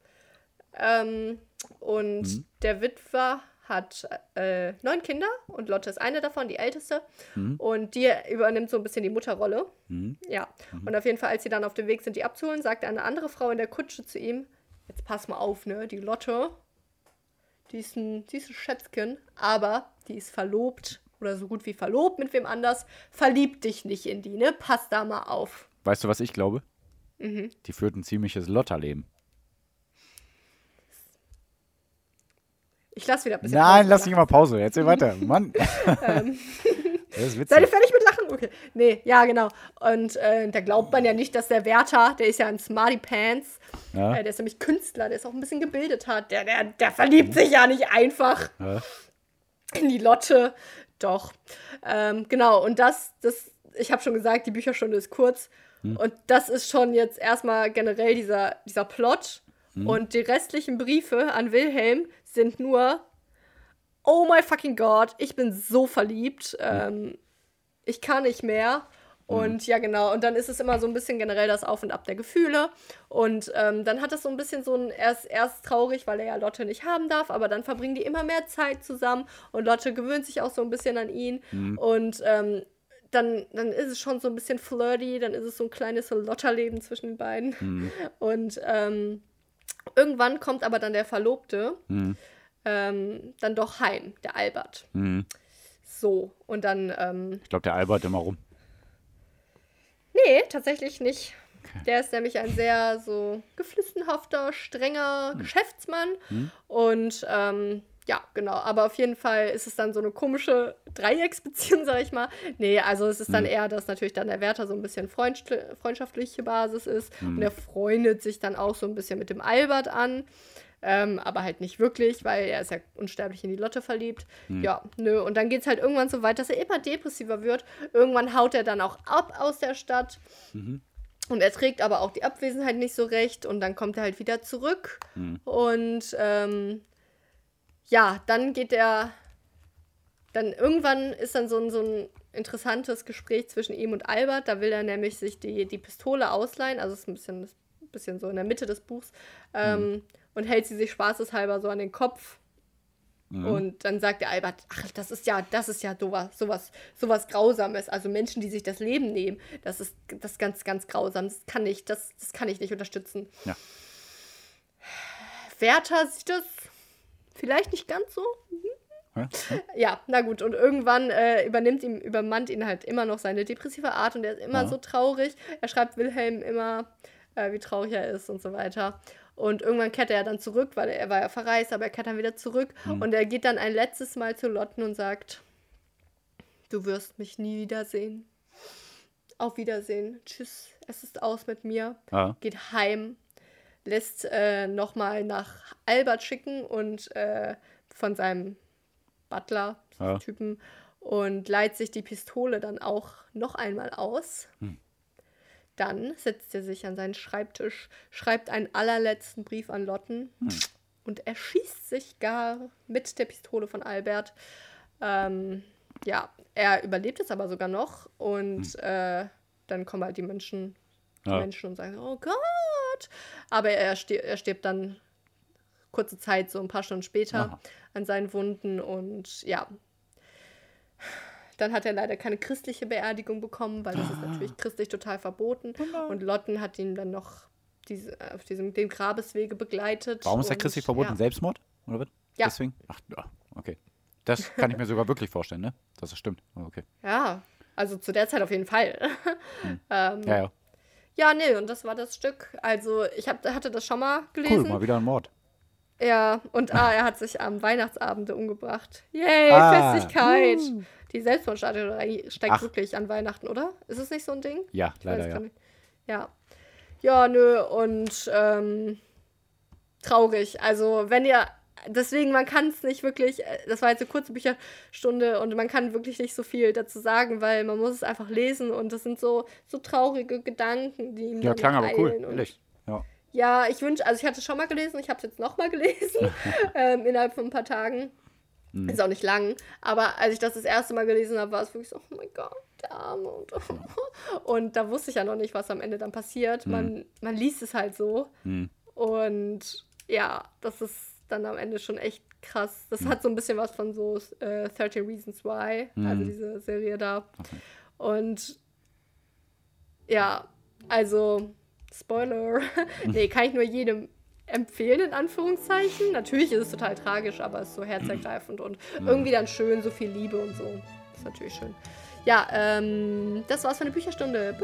S1: Und der Witwer hat 9 Kinder und Lotte ist eine davon, die älteste. Und die übernimmt so ein bisschen die Mutterrolle. Ja. Und auf jeden Fall, als sie dann auf dem Weg sind, die abzuholen, sagt eine andere Frau in der Kutsche zu ihm, jetzt pass mal auf, ne, die Lotte, die ist ein Schätzchen, aber die ist verlobt oder so gut wie verlobt mit wem anders. Verlieb dich nicht in die, ne? Pass da mal auf.
S2: Weißt du, was ich glaube? Die führt ein ziemliches Lotterleben.
S1: Ich lass wieder ein bisschen
S2: Nein,
S1: Pause
S2: lass
S1: machen.
S2: nicht mal Pause. Erzähl weiter. Mann. Das ist witzig.
S1: Seid ihr fertig mit Lachen? Okay. Nee, ja, genau. Und da glaubt man ja nicht, dass der Wärter, der ist ja ein Smarty Pants,
S2: Ja.
S1: der ist nämlich Künstler, der ist auch ein bisschen gebildet hat. Der verliebt sich ja nicht einfach in die Lotte. Doch. Genau, und ich habe schon gesagt, die Bücherstunde ist kurz. Und das ist schon jetzt erstmal generell dieser Plot. Und die restlichen Briefe an Wilhelm sind nur: Oh my fucking God, ich bin so verliebt. Ich kann nicht mehr. Und ja, genau. Und dann ist es immer so ein bisschen generell das Auf und Ab der Gefühle. Und dann hat es so ein bisschen so ein, erst traurig, weil er ja Lotte nicht haben darf, aber dann verbringen die immer mehr Zeit zusammen und Lotte gewöhnt sich auch so ein bisschen an ihn. Und dann ist es schon so ein bisschen flirty, dann ist es so ein kleines Lotterleben zwischen den beiden. Und irgendwann kommt aber dann der Verlobte dann doch heim, der Albert. So, und dann
S2: Ich glaube, der Albert immer rum.
S1: nee, tatsächlich nicht. Der ist nämlich ein sehr so geflissenhafter, strenger Geschäftsmann. Und ja, genau. Aber auf jeden Fall ist es dann so eine komische Dreiecksbeziehung, sag ich mal. Nee, also es ist dann eher, dass natürlich dann der Wärter so ein bisschen freundschaftliche Basis ist. Und er freundet sich dann auch so ein bisschen mit dem Albert an. Aber halt nicht wirklich, weil er ist ja unsterblich in die Lotte verliebt. Ja, nö. Und dann geht's halt irgendwann so weit, dass er immer depressiver wird. Irgendwann haut er dann auch ab aus der Stadt. Und er trägt aber auch die Abwesenheit nicht so recht. Und dann kommt er halt wieder zurück. Und ja, dann irgendwann ist dann so ein interessantes Gespräch zwischen ihm und Albert. Da will er nämlich sich die Pistole ausleihen. Also es ist ein bisschen so in der Mitte des Buchs. Und hält sie sich spaßeshalber so an den Kopf. Und dann sagt der Albert, ach, das ist ja sowas Grausames. Also Menschen, die sich das Leben nehmen, das ist ganz, ganz grausam. Das kann ich nicht unterstützen.
S2: Ja.
S1: Wärter sieht das vielleicht nicht ganz so.
S2: Ja.
S1: Ja, na gut. Und irgendwann übermannt ihn halt immer noch seine depressive Art und er ist immer so traurig. Er schreibt Wilhelm immer, wie traurig er ist und so weiter. Und irgendwann kehrt er dann zurück, weil er war ja verreist, aber er kehrt dann wieder zurück. Und er geht dann ein letztes Mal zu Lotten und sagt, du wirst mich nie wiedersehen. Auf Wiedersehen. Tschüss, es ist aus mit mir. Geht heim, lässt nochmal nach Albert schicken und von seinem Butler-Typen und leiht sich die Pistole dann auch noch einmal aus. Dann setzt er sich an seinen Schreibtisch, schreibt einen allerletzten Brief an Lotten und erschießt sich gar mit der Pistole von Albert. Ja, er überlebt es aber sogar noch und dann kommen halt die Menschen und sagen, oh Gott. Aber er stirbt dann kurze Zeit, so ein paar Stunden später, an seinen Wunden und ja. Dann hat er leider keine christliche Beerdigung bekommen, weil das ist natürlich christlich total verboten. Und Lotten hat ihn dann noch dem Grabeswege begleitet.
S2: Warum ist der christlich verboten?
S1: Ja.
S2: Selbstmord? Oder was?
S1: Ja.
S2: Deswegen? Ach, ja, okay. Das kann ich mir sogar wirklich vorstellen, ne? Dass das stimmt. Oh, okay.
S1: Ja, also zu der Zeit auf jeden Fall.
S2: Ja.
S1: Ja, nee, und das war das Stück. Also ich hatte das schon mal gelesen.
S2: Cool, mal wieder ein Mord.
S1: Ja, und er hat sich am Weihnachtsabende umgebracht. Yay, Festigkeit. Die Selbstmordstatue steigt wirklich an Weihnachten, oder? Ist es nicht so ein Ding?
S2: Ja,
S1: Ich
S2: leider
S1: weiß gar
S2: ja.
S1: nicht. Ja. Ja, nö, und traurig. Also, deswegen, man kann es nicht wirklich, das war jetzt eine kurze Bücherstunde und man kann wirklich nicht so viel dazu sagen, weil man muss es einfach lesen und das sind so traurige Gedanken, die ihm
S2: Ja,
S1: dann
S2: klang aber cool,
S1: eilen und
S2: ehrlich. Ja.
S1: ja, ich hatte es schon mal gelesen, ich habe es jetzt nochmal gelesen, innerhalb von ein paar Tagen. Ist auch nicht lang, aber als ich das erste Mal gelesen habe, war es wirklich so, oh mein Gott, der Arme. Und da wusste ich ja noch nicht, was am Ende dann passiert. Man liest es halt so. Und ja, das ist dann am Ende schon echt krass. Das hat so ein bisschen was von so 13 Reasons Why, also diese Serie da.
S2: Okay.
S1: Und ja, also Spoiler. Nee, kann ich nur jedem empfehlen, in Anführungszeichen. Natürlich ist es total tragisch, aber es ist so herzergreifend und irgendwie dann schön, so viel Liebe und so. Das ist natürlich schön. Ja, das war's für eine Bücherstunde.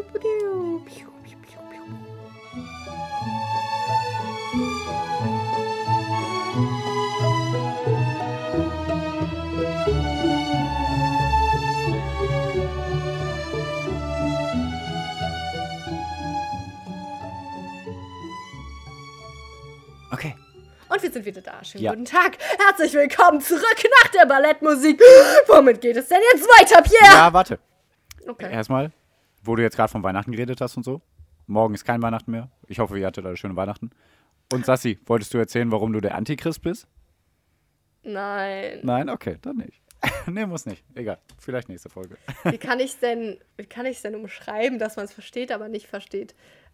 S2: Okay.
S1: Und wir sind wieder da. Schönen
S2: Ja.
S1: guten Tag. Herzlich willkommen zurück nach der Ballettmusik. Womit geht es denn jetzt weiter, Pierre?
S2: Ja, warte.
S1: Okay.
S2: Erstmal, wo du jetzt gerade von Weihnachten geredet hast und so. Morgen ist kein Weihnachten mehr. Ich hoffe, ihr hattet alle schöne Weihnachten. Und Sassi, wolltest du erzählen, warum du der Antichrist bist?
S1: Nein.
S2: Nein? Okay, dann nicht. Nee, muss nicht. Egal. Vielleicht nächste Folge.
S1: Wie kann ich es denn umschreiben, dass man es versteht, aber nicht versteht?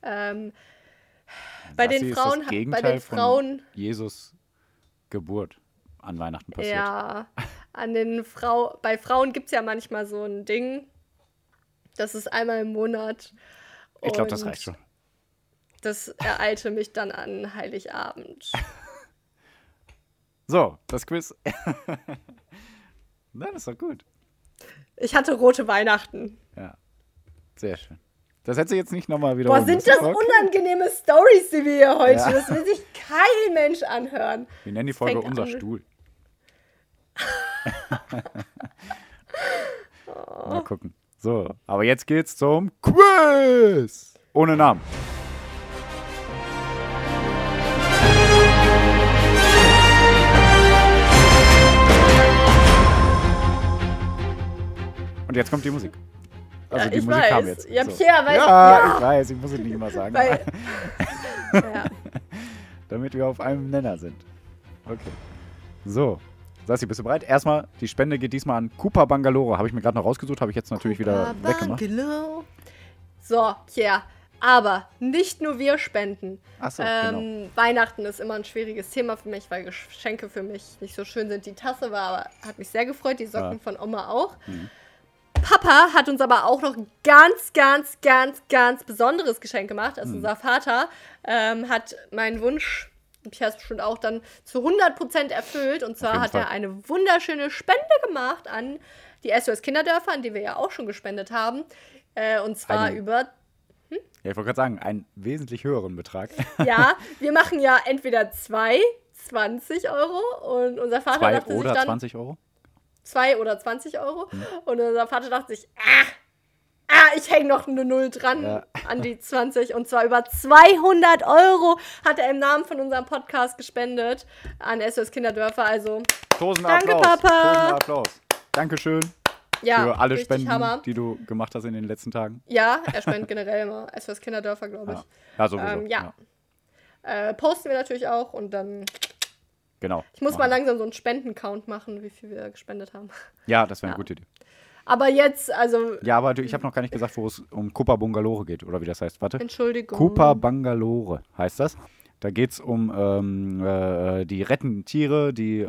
S1: Bei
S2: Sassi
S1: den
S2: ist
S1: Frauen,
S2: das Gegenteil
S1: bei den Frauen,
S2: von Jesus Geburt an Weihnachten passiert.
S1: ja, bei Frauen gibt es ja manchmal so ein Ding, das ist einmal im Monat.
S2: Ich glaube, das
S1: und
S2: reicht schon.
S1: Das ereilte mich dann an Heiligabend.
S2: So, das Quiz. Na, das ist doch gut.
S1: Ich hatte rote Weihnachten.
S2: Ja, sehr schön. Das hätte sie jetzt nicht nochmal
S1: Boah,
S2: wiederholen
S1: sind
S2: müssen,
S1: das
S2: aber okay.
S1: unangenehme Storys, die wir hier heute.
S2: Ja.
S1: Das will sich kein Mensch anhören.
S2: Wir nennen die Folge
S1: Fängt
S2: Unser
S1: an.
S2: Stuhl. Mal gucken. So, aber jetzt geht's zum Quiz. Ohne Namen. Und jetzt kommt die Musik. Also
S1: Ja,
S2: die
S1: ich
S2: Musik
S1: weiß.
S2: kam jetzt.
S1: Ja,
S2: So.
S1: Pierre, weiß
S2: Ja,
S1: ja.
S2: ich weiß, ich muss es nicht immer sagen.
S1: Weil, ja.
S2: Damit wir auf einem Nenner sind. Okay. So. Sassi, bist du bereit? Erstmal, die Spende geht diesmal an Cooper Bangalore. Habe ich mir gerade noch rausgesucht, habe ich jetzt natürlich wieder weggemacht.
S1: Bungalow. So, Pierre. Aber nicht nur wir spenden.
S2: Ach so, genau.
S1: Weihnachten ist immer ein schwieriges Thema für mich, weil Geschenke für mich nicht so schön sind. Die Tasse hat mich sehr gefreut, die Socken von Oma auch. Papa hat uns aber auch noch ein ganz, ganz, ganz, ganz besonderes Geschenk gemacht. Also unser Vater hat meinen Wunsch, ich habe es bestimmt auch dann zu 100% erfüllt. Und zwar
S2: jeden
S1: hat er
S2: Fall.
S1: eine wunderschöne Spende gemacht an die SOS Kinderdörfer, an die wir ja auch schon gespendet haben. Und zwar über,
S2: Ja, ich wollte gerade sagen, einen wesentlich höheren Betrag.
S1: ja, wir machen ja entweder 20 Euro und unser Vater
S2: 2
S1: dachte
S2: oder
S1: sich dann
S2: 20 Euro?
S1: 2 oder 20 Euro. Und unser Vater dachte sich, ich hänge noch eine Null dran an die 20. Und zwar über 200 Euro hat er im Namen von unserem Podcast gespendet an SOS Kinderdörfer. Also,
S2: Tausend
S1: Danke,
S2: Applaus.
S1: Papa.
S2: Tausend Applaus. Dankeschön
S1: ja,
S2: für alle
S1: richtig
S2: Spenden,
S1: Hammer.
S2: die du gemacht hast in den letzten Tagen.
S1: Ja, er spendet generell immer SOS Kinderdörfer, glaube ich.
S2: Ja, sowieso.
S1: Ja. Posten wir natürlich auch und dann.
S2: Genau.
S1: Ich muss
S2: Machen
S1: mal
S2: wir.
S1: langsam so einen Spendencount machen, wie viel wir gespendet haben.
S2: Ja, das wäre eine gute Idee.
S1: Aber jetzt, also,
S2: Ja, aber ich habe noch gar nicht gesagt, wo es um Cooper Bangalore geht, oder wie das heißt. Warte.
S1: Entschuldigung.
S2: Cooper Bangalore heißt das. Da geht es um die rettenden Tiere, die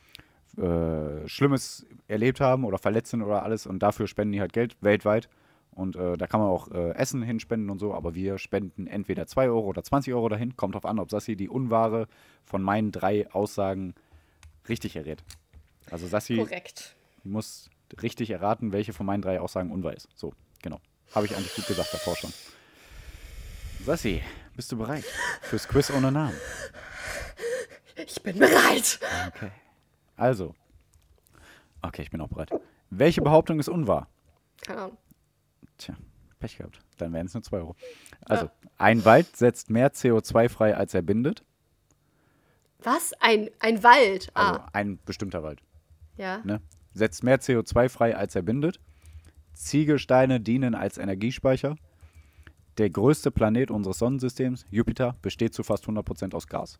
S2: Schlimmes erlebt haben oder verletzt sind oder alles. Und dafür spenden die halt Geld weltweit. Und da kann man auch Essen hinspenden und so, aber wir spenden entweder 2 Euro oder 20 Euro dahin. Kommt drauf an, ob Sassi die Unwahre von meinen 3 Aussagen richtig errät. Also Sassi
S1: Korrekt.
S2: muss richtig erraten, welche von meinen 3 Aussagen unwahr ist. So, genau. Habe ich eigentlich gut gesagt davor schon. Sassi, bist du bereit fürs Quiz ohne Namen?
S1: Ich bin bereit.
S2: Okay. Also. Okay, ich bin auch bereit. Welche Behauptung ist unwahr?
S1: Keine Ahnung.
S2: Tja, Pech gehabt. Dann wären es nur 2 Euro. Also, ein Wald setzt mehr CO2 frei, als er bindet.
S1: Was? Ein Wald?
S2: Also ein bestimmter Wald.
S1: Ja.
S2: Ne? Setzt mehr CO2 frei, als er bindet. Ziegelsteine dienen als Energiespeicher. Der größte Planet unseres Sonnensystems, Jupiter, besteht zu fast 100% aus Gas.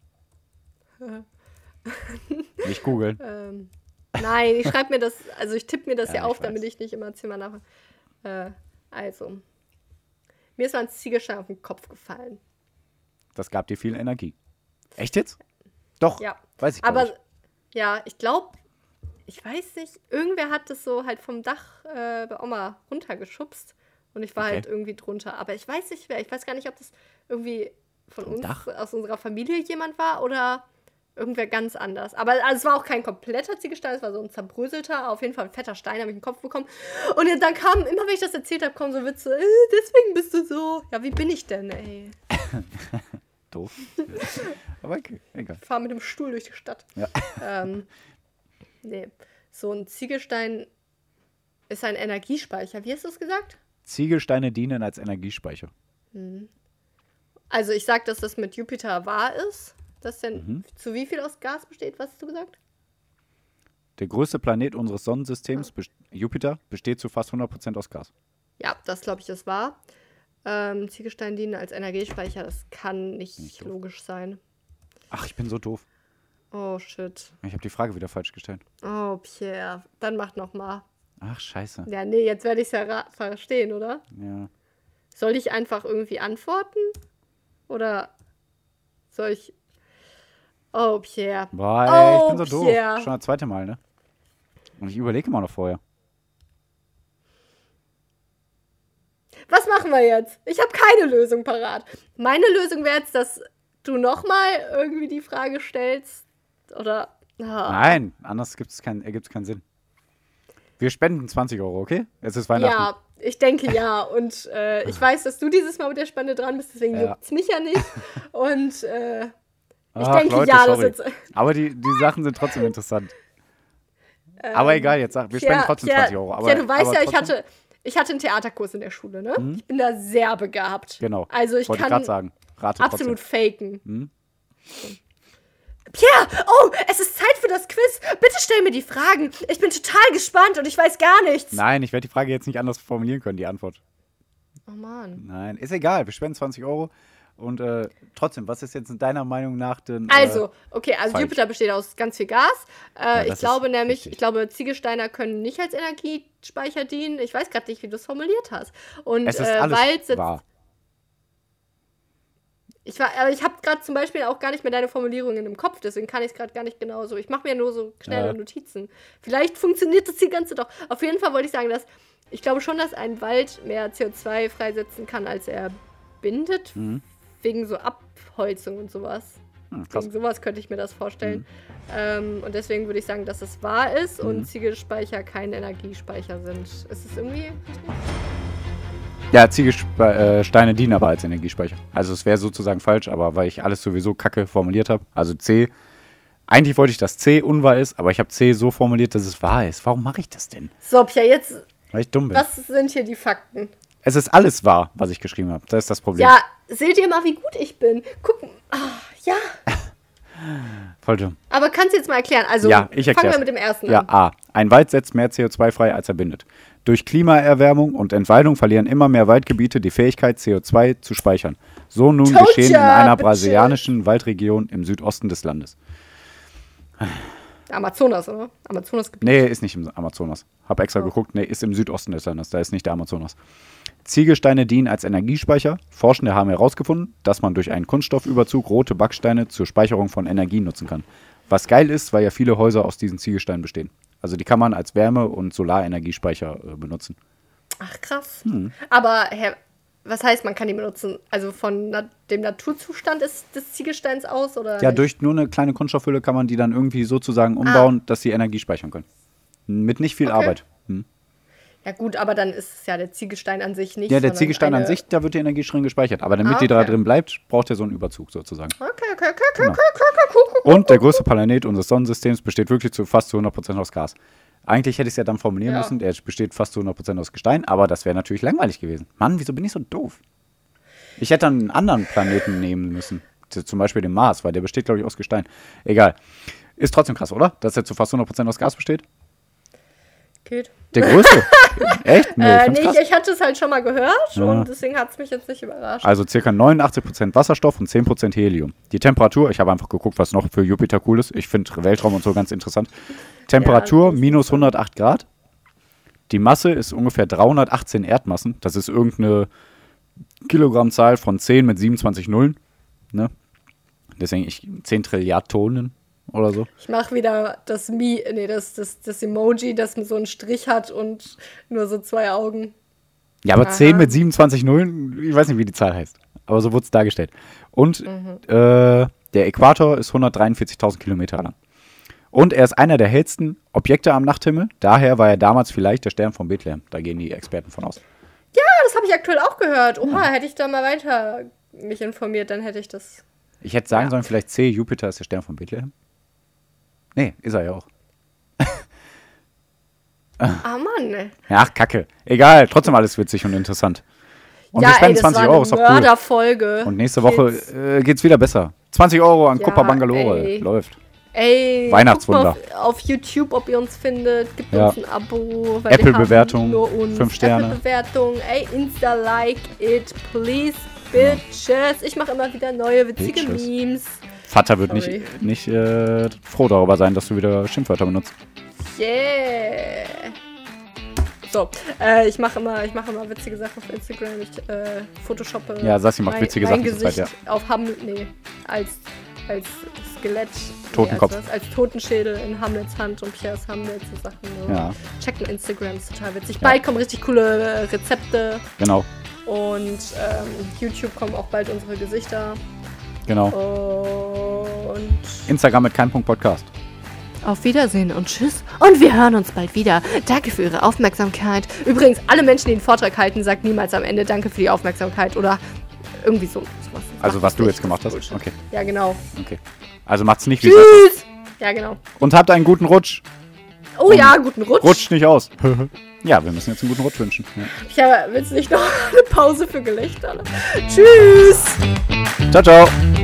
S2: Nicht googeln.
S1: Nein, ich schreibe mir das, also ich tippe mir das
S2: Ja,
S1: ja auf,
S2: ich weiß.
S1: damit ich nicht immer 10-mal nach. Also. Mir ist mal ein Ziegelstein auf den Kopf gefallen.
S2: Das gab dir viel Energie. Echt jetzt? Doch,
S1: Ja.
S2: weiß ich
S1: Aber
S2: nicht.
S1: ja, ich glaube, ich weiß nicht, irgendwer hat das so halt vom Dach bei Oma runtergeschubst und ich war
S2: Okay.
S1: halt irgendwie drunter. Aber ich weiß nicht wer. Ich weiß gar nicht, ob das irgendwie von
S2: Vom
S1: uns,
S2: Dach?
S1: aus unserer Familie jemand war oder irgendwer ganz anders. Aber also, es war auch kein kompletter Ziegelstein, es war so ein zerbröselter, auf jeden Fall ein fetter Stein, habe ich in den Kopf bekommen. Und dann kam, immer wenn ich das erzählt habe, kommen so Witze, deswegen bist du so. Ja, wie bin ich denn, ey?
S2: Doof. Aber okay, egal.
S1: Ich fahre mit dem Stuhl durch die Stadt.
S2: Ja.
S1: Nee, so ein Ziegelstein ist ein Energiespeicher. Wie hast du es gesagt?
S2: Ziegelsteine dienen als Energiespeicher.
S1: Also ich sag, dass das mit Jupiter wahr ist. Dass denn zu wie viel aus Gas besteht? Was hast du gesagt?
S2: Der größte Planet unseres Sonnensystems, Jupiter, besteht zu fast 100% aus Gas.
S1: Ja, das glaube ich ist wahr. Ziegelstein dienen als Energiespeicher. Das kann nicht
S2: doof.
S1: logisch sein.
S2: Ach, ich bin so doof.
S1: Oh, shit.
S2: Ich habe die Frage wieder falsch gestellt.
S1: Oh, Pierre. Dann mach noch mal.
S2: Ach, scheiße.
S1: Ja, nee, jetzt werde ich es ja verstehen, oder?
S2: Ja.
S1: Soll ich einfach irgendwie antworten? Oder soll ich... Oh, Pierre.
S2: Boah, ey, ich bin
S1: Oh,
S2: so doof.
S1: Pierre.
S2: Schon das zweite Mal, ne? Und ich überlege immer noch vorher.
S1: Was machen wir jetzt? Ich habe keine Lösung parat. Meine Lösung wäre jetzt, dass du nochmal irgendwie die Frage stellst. Oder.
S2: Nein, anders ergibt es keinen Sinn. Wir spenden 20 Euro, okay? Es ist Weihnachten.
S1: Ja, ich denke ja. Und ich weiß, dass du dieses Mal mit der Spende dran bist, deswegen
S2: Ja.
S1: juckt's mich ja nicht. Und ich
S2: Ach,
S1: denke
S2: Leute,
S1: ja,
S2: sorry.
S1: das ist.
S2: Aber die Sachen sind trotzdem interessant. Aber egal, jetzt sag, wir spenden trotzdem 20 Euro. Aber,
S1: ja, du weißt
S2: aber
S1: ja,
S2: trotzdem,
S1: ich hatte einen Theaterkurs in der Schule, ne? Ich bin da sehr begabt.
S2: Genau.
S1: Also ich
S2: wollte
S1: kann
S2: gerade sagen. Rate
S1: absolut
S2: trotzdem.
S1: faken. Pierre, oh, es ist Zeit für das Quiz. Bitte stell mir die Fragen. Ich bin total gespannt und ich weiß gar nichts.
S2: Nein, ich werde die Frage jetzt nicht anders formulieren können, die Antwort.
S1: Oh Mann.
S2: Nein, ist egal, wir spenden 20 Euro. Und trotzdem, was ist jetzt in deiner Meinung nach denn.
S1: Also, okay, also
S2: falsch.
S1: Jupiter besteht aus ganz viel Gas.
S2: das
S1: Ich
S2: ist
S1: glaube nämlich,
S2: richtig.
S1: ich glaube, Ziegelsteiner können nicht als Energiespeicher dienen. Ich weiß gerade nicht, wie du es formuliert hast. Und
S2: Es ist alles
S1: Wald sitzt.
S2: wahr.
S1: Aber ich habe gerade zum Beispiel auch gar nicht mehr deine Formulierungen im Kopf, deswegen kann ich es gerade gar nicht genau so. Ich mache mir nur so schnelle
S2: Ja.
S1: Notizen. Vielleicht funktioniert das die ganze doch. Auf jeden Fall wollte ich sagen, dass ich glaube schon, dass ein Wald mehr CO2 freisetzen kann, als er bindet. Wegen so Abholzung und sowas.
S2: Krass.
S1: Wegen sowas könnte ich mir das vorstellen. Und deswegen würde ich sagen, dass es wahr ist und Ziegelspeicher kein Energiespeicher sind. Ist es irgendwie richtig?
S2: Ja, Ziegelsteine dienen aber als Energiespeicher. Also es wäre sozusagen falsch, aber weil ich alles sowieso kacke formuliert habe. Also C. Eigentlich wollte ich, dass C unwahr ist, aber ich habe C so formuliert, dass es wahr ist. Warum mache ich das denn?
S1: So, Pia, jetzt,
S2: Weil ich dumm bin.
S1: was sind hier die Fakten?
S2: Es ist alles wahr, was ich geschrieben habe. Das ist das Problem.
S1: Ja, seht ihr mal, wie gut ich bin? Guck, ja.
S2: Voll dumm.
S1: Aber kannst du jetzt mal erklären? Also,
S2: Ja, ich
S1: fangen
S2: erklär's.
S1: wir mit dem ersten
S2: Ja,
S1: an.
S2: A. Ein Wald setzt mehr CO2 frei, als er bindet. Durch Klimaerwärmung und Entwaldung verlieren immer mehr Waldgebiete die Fähigkeit, CO2 zu speichern. So nun
S1: Told
S2: geschehen in
S1: ya,
S2: einer
S1: bitches.
S2: brasilianischen Waldregion im Südosten des Landes.
S1: Amazonas, oder? Amazonasgebiet.
S2: Nee, ist nicht im Amazonas. Hab extra geguckt. Nee, ist im Südosten des Landes. Da ist nicht der Amazonas. Ziegelsteine dienen als Energiespeicher. Forschende haben herausgefunden, dass man durch einen Kunststoffüberzug rote Backsteine zur Speicherung von Energie nutzen kann. Was geil ist, weil ja viele Häuser aus diesen Ziegelsteinen bestehen. Also die kann man als Wärme- und Solarenergiespeicher benutzen.
S1: Ach, krass. Aber, was heißt, man kann die benutzen? Also von dem Naturzustand des Ziegelsteins aus? Oder
S2: Ja,
S1: nicht?
S2: durch nur eine kleine Kunststoffhülle kann man die dann irgendwie sozusagen umbauen, dass sie Energie speichern können. Mit nicht viel
S1: Okay.
S2: Arbeit.
S1: Ja gut, aber dann ist es ja der Ziegelstein an sich nicht.
S2: Ja, der
S1: sondern
S2: Ziegelstein an
S1: eine-
S2: sich, da wird die Energie drin gespeichert. Aber damit die da
S1: okay.
S2: drin bleibt, braucht er so einen Überzug sozusagen.
S1: Okay.
S2: Genau. Und der größte Planet unseres Sonnensystems besteht wirklich fast zu 100% aus Gas. Eigentlich hätte ich es ja dann formulieren
S1: Ja.
S2: müssen, der besteht fast zu 100% aus Gestein, aber das wäre natürlich langweilig gewesen. Mann, wieso bin ich so doof? Ich hätte dann einen anderen Planeten nehmen müssen. Zum Beispiel den Mars, weil der besteht, glaube ich, aus Gestein. Egal. Ist trotzdem krass, oder? Dass er zu fast 100% aus Gas besteht?
S1: Geht.
S2: Der größte? Echt? Nee, ich find's krass.
S1: Ich hatte es halt schon mal gehört
S2: Ja.
S1: und deswegen hat es mich jetzt nicht überrascht.
S2: Also ca. 89% Wasserstoff und 10% Helium. Die Temperatur, ich habe einfach geguckt, was noch für Jupiter cool ist. Ich finde Weltraum und so ganz interessant. Temperatur
S1: das ist
S2: minus 108 Grad. Die Masse ist ungefähr 318 Erdmassen. Das ist irgendeine Kilogrammzahl von 10 mit 27 Nullen. Ne? Deswegen 10 Trilliarden oder so.
S1: Ich mache wieder das Emoji, das so einen Strich hat und nur so 2 Augen.
S2: Ja, aber
S1: Aha.
S2: 10 mit 27 Nullen, ich weiß nicht, wie die Zahl heißt. Aber so wurde es dargestellt. Und der Äquator ist 143.000 Kilometer lang. Und er ist einer der hellsten Objekte am Nachthimmel. Daher war er damals vielleicht der Stern von Bethlehem. Da gehen die Experten von aus.
S1: Ja, das habe ich aktuell auch gehört. Oha, hätte ich da mal weiter mich informiert, dann hätte ich das.
S2: Ich hätte sagen sollen, vielleicht C, Jupiter ist der Stern von Bethlehem. Nee, ist er ja auch.
S1: Ah, Mann. Ey.
S2: Ach, Kacke. Egal, trotzdem alles witzig und interessant. Und
S1: Ja,
S2: wir spenden
S1: das
S2: 20
S1: war
S2: Euro,
S1: eine
S2: ist doch cool.
S1: Mörderfolge.
S2: Und nächste Woche
S1: Kids.
S2: geht's wieder besser. 20 Euro an
S1: Ja,
S2: Copa Bangalore.
S1: ey.
S2: Läuft.
S1: Ey,
S2: Weihnachtswunder.
S1: guckt mal auf YouTube, ob ihr uns findet. Gebt
S2: Ja.
S1: uns ein Abo. weil
S2: Apple-Bewertung,
S1: wir haben nur uns.
S2: 5 Sterne.
S1: Apple-Bewertung. Ey, Insta-like it, please, bitches. Ich mache immer wieder neue witzige
S2: Bitches.
S1: Memes.
S2: Vater wird
S1: Sorry.
S2: nicht froh darüber sein, dass du wieder Schimpfwörter benutzt.
S1: Yeah. So, ich mache immer witzige Sachen auf Instagram. Ich photoshoppe
S2: Ja, Sassi macht witzige Sachen
S1: mein
S2: zur
S1: Gesicht
S2: Zeit,
S1: auf Hamlet, als Skelett.
S2: Totenkopf.
S1: Nee, als Totenschädel in Hamlets Hand und Piers Hamlet, so Sachen. So.
S2: Ja,
S1: Checkt mal Instagram, ist total witzig.
S2: Ja.
S1: Bald kommen richtig coole Rezepte
S2: genau.
S1: und YouTube kommen auch bald unsere Gesichter.
S2: Genau.
S1: Und
S2: Instagram mit kein.podcast.
S1: auf Wiedersehen und tschüss. Und wir hören uns bald wieder. Danke für Ihre Aufmerksamkeit. Übrigens, alle Menschen, die einen Vortrag halten, sagt niemals am Ende Danke für die Aufmerksamkeit oder irgendwie sowas.
S2: Also
S1: Macht
S2: was
S1: das
S2: du
S1: nicht,
S2: jetzt gemacht
S1: das
S2: hast?
S1: ist Bullshit.
S2: Okay,
S1: Ja, genau.
S2: okay. Also macht's nicht wie Sassi.
S1: Tschüss! Ja, genau.
S2: Und habt einen guten Rutsch.
S1: Oh ja, guten Rutsch.
S2: Rutscht nicht aus. Ja, wir müssen jetzt einen guten Rutsch wünschen. Ja.
S1: Willst du nicht noch eine Pause für Gelächter? Tschüss!
S2: Ciao, ciao.